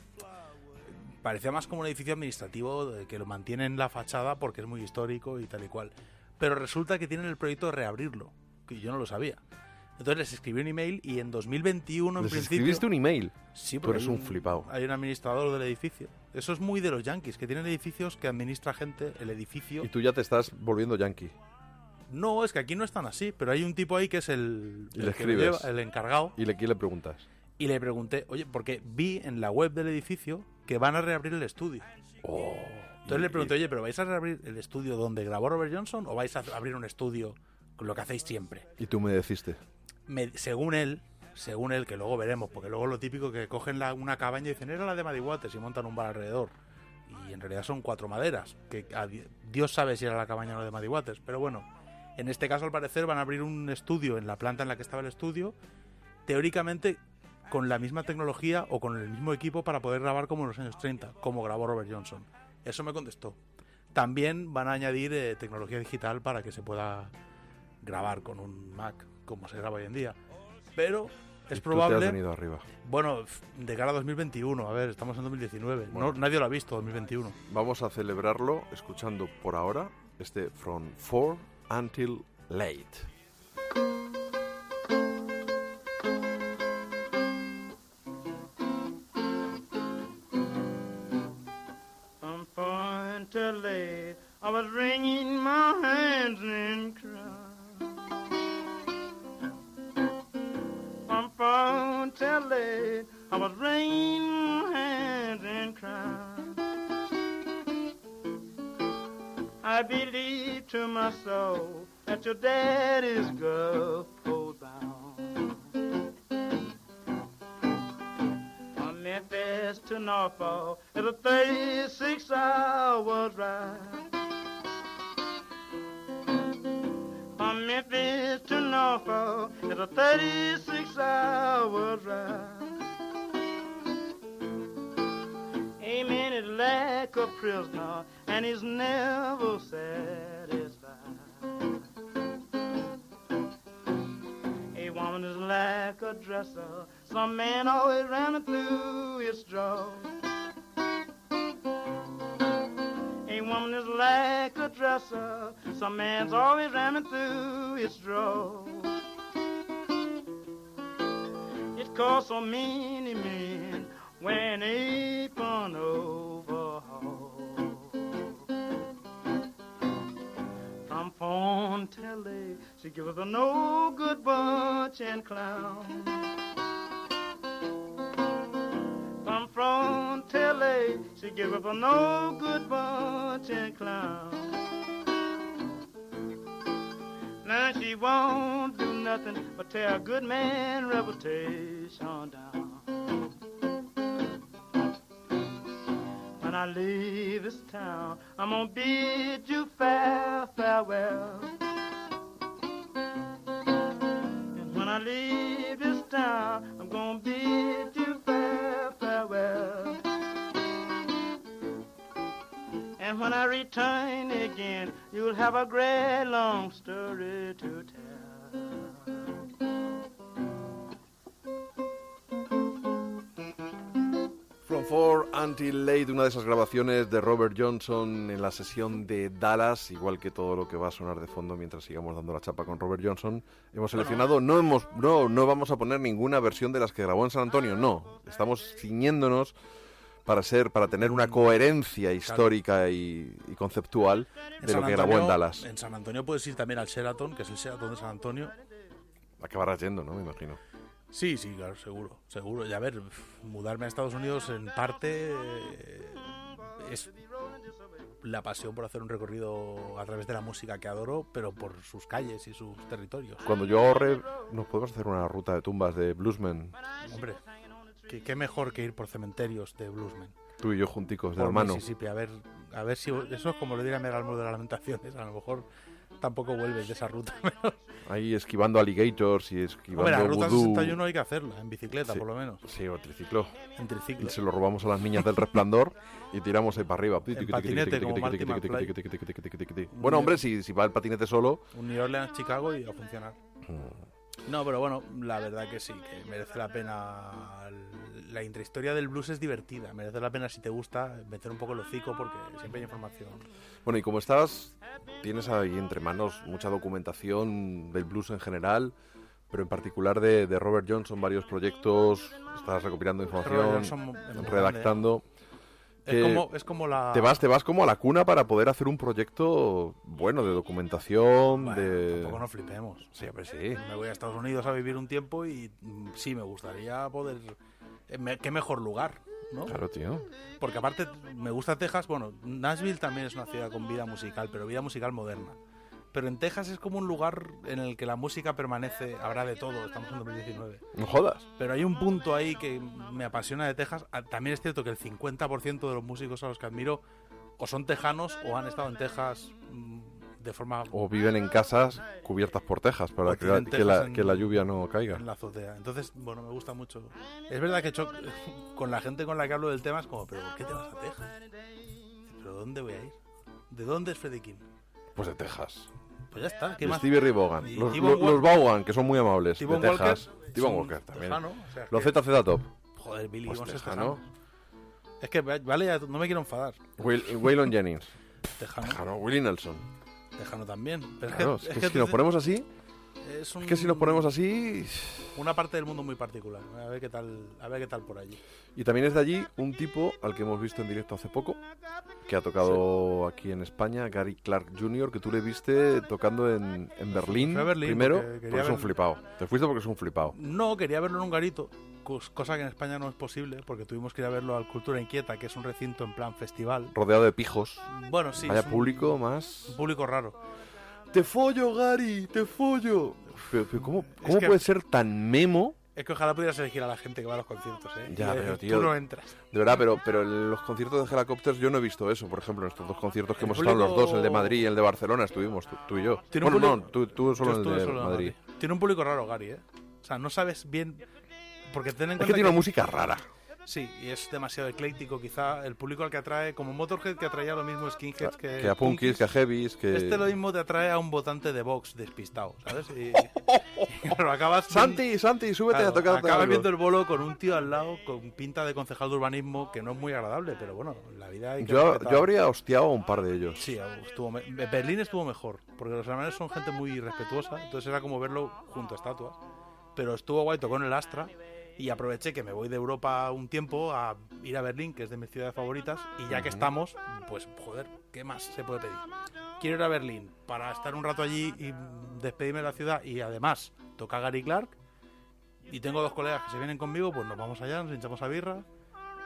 parecía más como un edificio administrativo que lo mantiene en la fachada porque es muy histórico y tal y cual. Pero resulta que tienen el proyecto de reabrirlo, que yo no lo sabía. Entonces les escribí un email y en 2021 en ¿Les principio... escribiste un email? Sí, Tú porque eres hay un flipado. Hay un administrador del edificio. Eso es muy de los yankees, que tienen edificios que administra gente, el edificio. Y tú ya te estás volviendo yankee. No, es que aquí no están así, pero hay un tipo ahí que es el Y le que lo escribes. lleva, el encargado. ¿Y quién le preguntas? Y le pregunté, oye, porque vi en la web del edificio que van a reabrir el estudio. Oh, Entonces le pregunté, oye, ¿pero vais a reabrir el estudio donde grabó Robert Johnson o vais a abrir un estudio con lo que hacéis siempre? Y tú me deciste. Según él, que luego veremos, porque luego lo típico que cogen una cabaña y dicen, era la de Muddy Waters y montan un bar alrededor. Y en realidad son 4 maderas, que Dios sabe si era la cabaña o la de Muddy Waters. Pero bueno, en este caso al parecer van a abrir un estudio en la planta en la que estaba el estudio, teóricamente con la misma tecnología o con el mismo equipo para poder grabar como en los años 30, como grabó Robert Johnson. Eso me contestó. También van a añadir tecnología digital para que se pueda grabar con un Mac, como se graba hoy en día. Pero es Y tú te has probable... venido arriba. Bueno, de cara a 2021, a ver, estamos en 2019. Bueno. Nadie lo ha visto, 2021. Vamos a celebrarlo escuchando por ahora este From 4 Until Late. From far till late, I was wringing my hands and crying. From far till late, I was wringing my hands and crying. I believe to my soul that your daddy's Gulf Coast bound. From Memphis to Norfolk is a 36-hour ride. From Memphis to Norfolk is a 36-hour ride. Amen is like a prisoner and he's never satisfied. A woman is like a dresser, some man always ramming through his drawers. A woman is like a dresser, some man's always ramming through his drawers. It costs so many men when apron overhaul. From phone till late, she give us a no good bunch and clown. From front till late, she give up a no good bunch and clown. Now and she won't do nothing but tear a good man reputation down. When I leave this town, I'm gonna bid you farewell. And when I leave this town, I'm gonna bid you farewell. And when I return again, you'll have a great long story to tell. From Four Until Late, una de esas grabaciones de Robert Johnson en la sesión de Dallas, igual que todo lo que va a sonar de fondo mientras sigamos dando la chapa con Robert Johnson. Hemos seleccionado, no vamos a poner ninguna versión de las que grabó en San Antonio, no. Estamos ciñéndonos para tener una coherencia histórica y conceptual de lo que grabó en Dallas. En San Antonio puedes ir también al Sheraton, que es el Sheraton de San Antonio. Acabarás yendo, ¿no? Me imagino. Sí, claro, seguro. Y a ver, mudarme a Estados Unidos en parte es la pasión por hacer un recorrido a través de la música que adoro, pero por sus calles y sus territorios. Cuando yo ahorre, nos podemos hacer una ruta de tumbas de bluesmen. Hombre, qué mejor que ir por cementerios de bluesmen. Tú y yo junticos, de Por hermano. Mississippi, a ver si eso es como le diría a Megalmur de las Lamentaciones, a lo mejor tampoco vuelves de esa ruta. Ahí esquivando alligators y esquivando Hombre, la ruta vudú. 61 hay que hacerla, en bicicleta Sí. por lo menos. Sí, o triciclo. En triciclo. Y se lo robamos a las niñas del Resplandor y tiramos ahí para arriba. En patinete, como Marty McFly. Bueno, hombre, si va el patinete solo... Un New Orleans, Chicago y a funcionar. No, pero bueno, la verdad que sí, que merece la pena. La intrahistoria del blues es divertida. Merece la pena, si te gusta, meter un poco el hocico porque siempre hay información. Bueno, y como estás, tienes ahí entre manos mucha documentación del blues en general, pero en particular de Robert Johnson, varios proyectos, estás recopilando Robert información, Johnson es muy redactando. Es como la... Te vas como a la cuna para poder hacer un proyecto bueno de documentación, Bueno, de... tampoco nos flipemos. Sí, hombre, sí. Me voy a Estados Unidos a vivir un tiempo y sí, me gustaría poder... ¿Qué mejor lugar, no? Claro, tío. Porque aparte me gusta Texas. Bueno, Nashville también es una ciudad con vida musical, pero vida musical moderna. Pero en Texas es como un lugar en el que la música permanece, habrá de todo, estamos en 2019. No jodas. Pero hay un punto ahí que me apasiona de Texas. También es cierto que el 50% de los músicos a los que admiro o son tejanos o han estado en Texas de forma... O viven en casas cubiertas por tejas para O tienen tejas que la lluvia no caiga. en la azotea. Entonces, bueno, me gusta mucho. Es verdad que con la gente con la que hablo del tema es como, ¿pero por qué te vas a Texas? ¿Pero dónde voy a ir? ¿De dónde es Freddie King? Pues de Texas. Pues ya está. ¿Qué De más? Stevie Ray Vaughan. Y Los T-Bone Vaughan, que son muy amables. T-Bone de Texas. Walker T-Bone es un Walker también. tejano, o sea, Los que- ZZ Top. Joder, Billy Pues Gibbons es tejano. tejano. Es que, vale, ya, no me quiero enfadar. Waylon Jennings. Tejano. Tejano. Willie Nelson. Tejano también. Pero Claro, es es que que si nos ponemos así... es Es que si nos ponemos así... una parte del mundo muy particular. A ver qué tal por allí. Y también es de allí un tipo al que hemos visto en directo hace poco, que ha tocado aquí en España, Gary Clark Jr., que tú le viste tocando en Berlín, Fui a Berlín primero, porque porque quería es un ver- flipado. Te fuiste porque es un flipado. No, quería verlo en un garito, cosa que en España no es posible, porque tuvimos que ir a verlo al Cultura Inquieta, que es un recinto en plan festival. Rodeado de pijos. Bueno, sí. Vaya es un- público un más... público raro. ¡Te follo, Gary! ¡Te follo! Pero ¿cómo Es que- puede ser tan memo? Es que ojalá pudieras elegir a la gente que va a los conciertos, ¿eh? Ya, Y pero, tú tío, no entras. De verdad, pero en los conciertos de Helicopters yo no he visto eso. Por ejemplo, en estos dos conciertos que El hemos estado los público- dos, el de Madrid y el de Barcelona, estuvimos tú y yo. Tiene un Bueno, público- no, tú solo Yo en el estuve de solo en Madrid. Tiene un público raro, Gary, ¿eh? O sea, no sabes bien... Porque ten en Es cuenta que tiene una música rara. Sí, y es demasiado ecléctico, quizá. El público al que atrae, como Motorhead, que atraía lo mismo skinheads que Que a punkis, que a heavies, que... Este lo mismo te atrae a un votante de Vox despistado, ¿sabes? Y claro, acabas... Santi, súbete Claro, a tocar acabas algo. viendo el bolo con un tío al lado con pinta de concejal de urbanismo, que no es muy agradable, pero bueno, la vida hay que Yo respetar. habría hostiado a un par de ellos. Sí, Berlín estuvo mejor, porque los alemanes son gente muy respetuosa, entonces era como verlo junto a estatuas. Pero estuvo guay, tocó en el Astra, y aproveché que me voy de Europa un tiempo a ir a Berlín, que es de mis ciudades favoritas, y ya que estamos, pues joder, ¿qué más se puede pedir? Quiero ir a Berlín para estar un rato allí y despedirme de la ciudad, y además toca Gary Clark, y tengo dos colegas que se vienen conmigo, pues nos vamos allá, nos hinchamos a birra.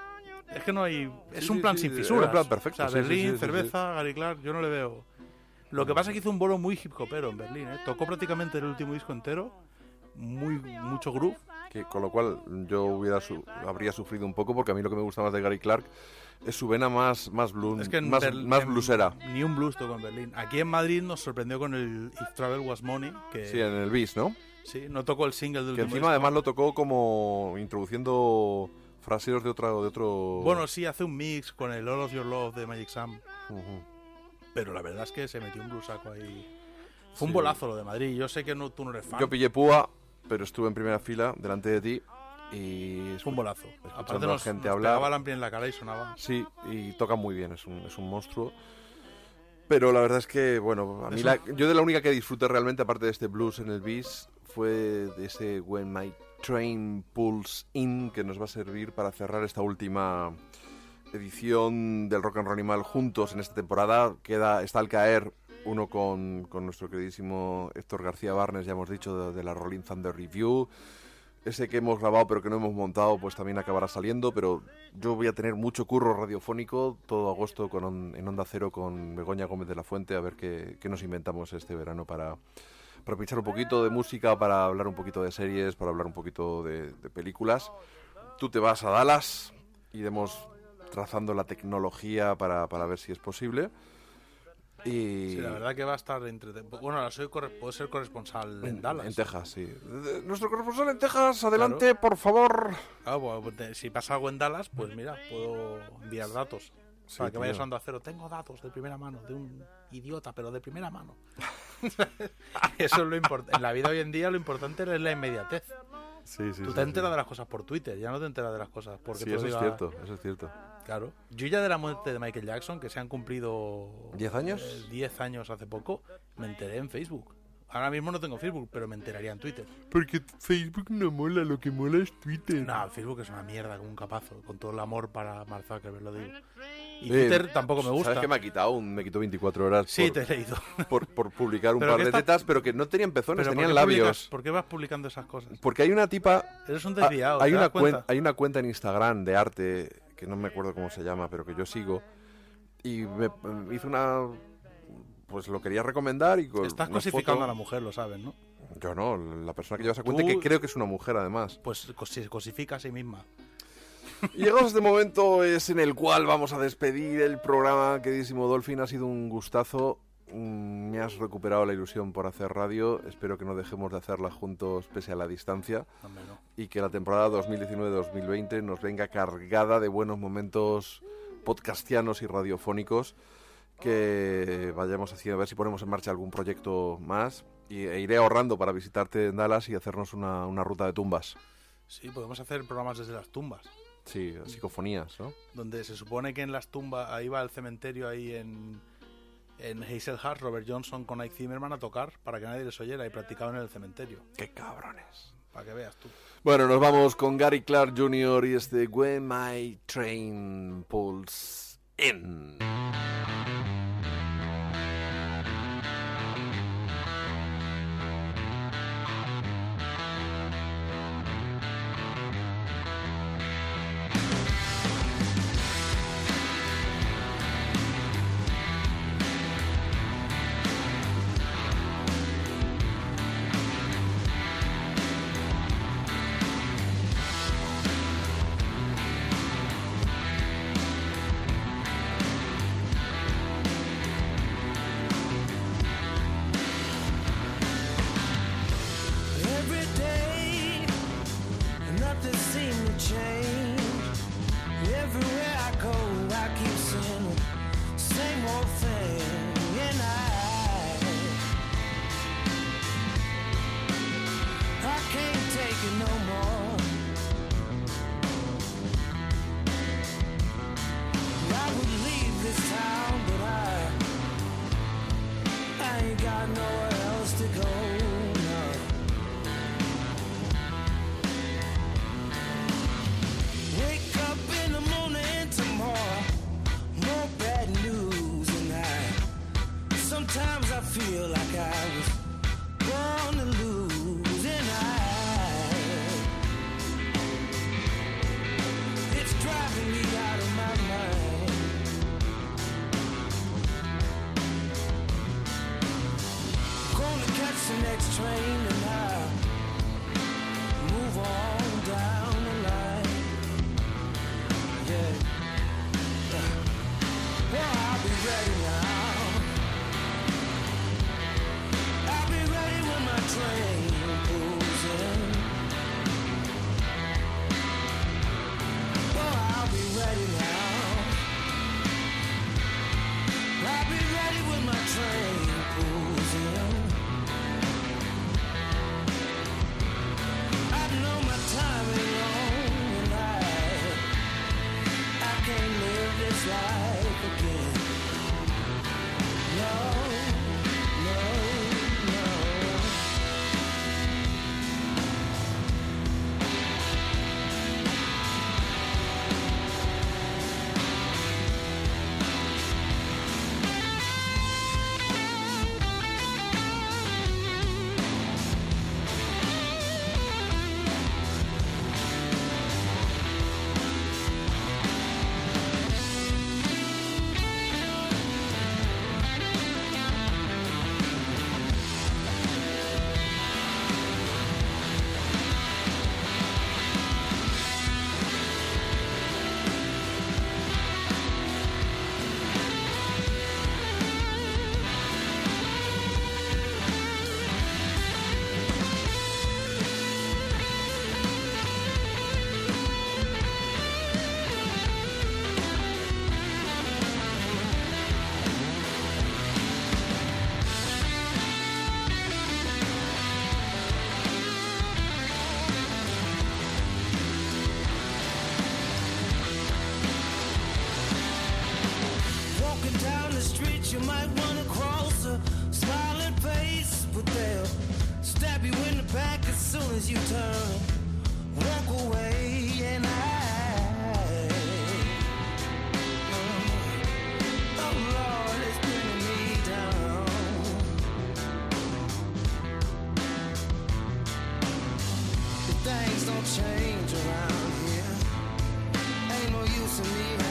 Es que no hay... Es Sí, un sí, plan sí, sin es fisuras. un plan perfecto, O sea, sí, sí, Berlín, sí, sí, cerveza, Gary Clark, yo no le veo... Lo que pasa es que hizo un bolo muy hip hopero en Berlín, ¿eh? Tocó prácticamente el último disco entero, mucho groove. Con lo cual yo habría sufrido un poco, porque a mí lo que me gusta más de Gary Clark es su vena más blues, Es que más bluesera. Ni un blues tocó en Berlín. Aquí en Madrid nos sorprendió con el If Travel Was Money, que Sí, en el Bis, ¿no? sí, no tocó el single del Que último encima disco. además lo tocó como introduciendo fraseos de otro... Bueno, sí, hace un mix con el All of Your Love de Magic Sam, Ujú. pero la verdad es que se metió un bluesaco ahí. Fue un Sí. bolazo lo de Madrid. Yo sé que tú no eres fan. Yo pillé púa, pero estuve en primera fila delante de ti y Fue un bolazo. escuchando Aparte a la nos gente nos hablar. pegaba el ampli en la cara y sonaba. Sí, y toca muy bien, es un monstruo. Pero la verdad es que, bueno, a mí yo de la única que disfruté realmente, aparte de este blues en el Bis, fue de ese When My Train Pulls In, que nos va a servir para cerrar esta última edición del Rock and Roll Animal juntos en esta temporada. Está al caer uno con nuestro queridísimo Héctor García Barnes, ya hemos dicho, de la Rolling Thunder Review. Ese que hemos grabado pero que no hemos montado, pues también acabará saliendo, pero yo voy a tener mucho curro radiofónico todo agosto en Onda Cero con Begoña Gómez de la Fuente, a ver qué nos inventamos este verano para pinchar un poquito de música, para hablar un poquito de series, para hablar un poquito de películas. Tú te vas a Dallas, iremos trazando la tecnología para ver si es posible. Y Sí, la verdad que va a estar bueno, ahora puedo ser corresponsal en Dallas. En Texas, sí. Nuestro corresponsal en Texas, adelante, por favor. Ah, bueno, si pasa algo en Dallas, pues mira, puedo enviar datos. Sí, Para que vayas tío. a Onda Cero. Tengo datos de primera mano, de un idiota, pero de primera mano. Eso es lo importante. En la vida hoy en día lo importante es la inmediatez. Sí, sí, Tú sí, te enteras sí. de las cosas por Twitter, ya no te enteras de las cosas porque Sí, te eso es diga- cierto, eso es cierto. Claro. Yo ya de la muerte de Michael Jackson, que se han cumplido... ¿10 años? 10 años hace poco, me enteré en Facebook. Ahora mismo no tengo Facebook, pero me enteraría en Twitter. Porque Facebook no mola, lo que mola es Twitter. No, Facebook es una mierda, como un capazo. Con todo el amor para Mark Zuckerberg, lo digo. Y Eh, Twitter tampoco me gusta. ¿Sabes que me quitó 24 horas Sí, por, te he leído. por publicar un Pero par que de está- tetas, pero que no tenían pezones, Pero tenían ¿por qué labios? ¿Por qué vas publicando esas cosas? Porque hay una tipa... Eres un desviado, hay, ¿te una das cuenta? hay una cuenta en Instagram de arte, que no me acuerdo cómo se llama, pero que yo sigo, y me hizo una... Pues lo quería recomendar y con Estás una cosificando foto- a la mujer, lo sabes, ¿no? Yo no, la persona que lleva esa cuenta, Tú- que creo que es una mujer además. Pues se cosifica a sí misma. Y llegado este momento es en el cual vamos a despedir el programa, queridísimo Dolphin, ha sido un gustazo. Me has recuperado la ilusión por hacer radio, espero que no dejemos de hacerla juntos pese a la distancia Hombre, no. y que la temporada 2019-2020 nos venga cargada de buenos momentos podcastianos y radiofónicos, que vayamos haciendo, a ver si ponemos en marcha algún proyecto más e iré ahorrando para visitarte en Dallas y hacernos una ruta de tumbas. Sí, podemos hacer programas desde las tumbas. Sí, psicofonías, ¿no? Donde se supone que en las tumbas, ahí va el cementerio ahí en Hazel Hart, Robert Johnson con Ike Zimmerman a tocar para que nadie les oyera y practicaban en el cementerio. ¡Qué cabrones! Para que veas tú. Bueno, nos vamos con Gary Clark Jr. y este When My Train Pulls In. Every day, nothing seems to change. Everywhere I go, I keep saying the same old thing, and I can't take it no more. I would leave this town, but I ain't got nowhere else to go. No. Wake up in the morning tomorrow, more bad news, and sometimes this life again. No, no, no. Walking down the street, you might run across a smiling face, but they'll stab you in the back as soon as you turn. Walk away, and oh Lord, it's bringing me down. If things don't change around here, ain't no use in me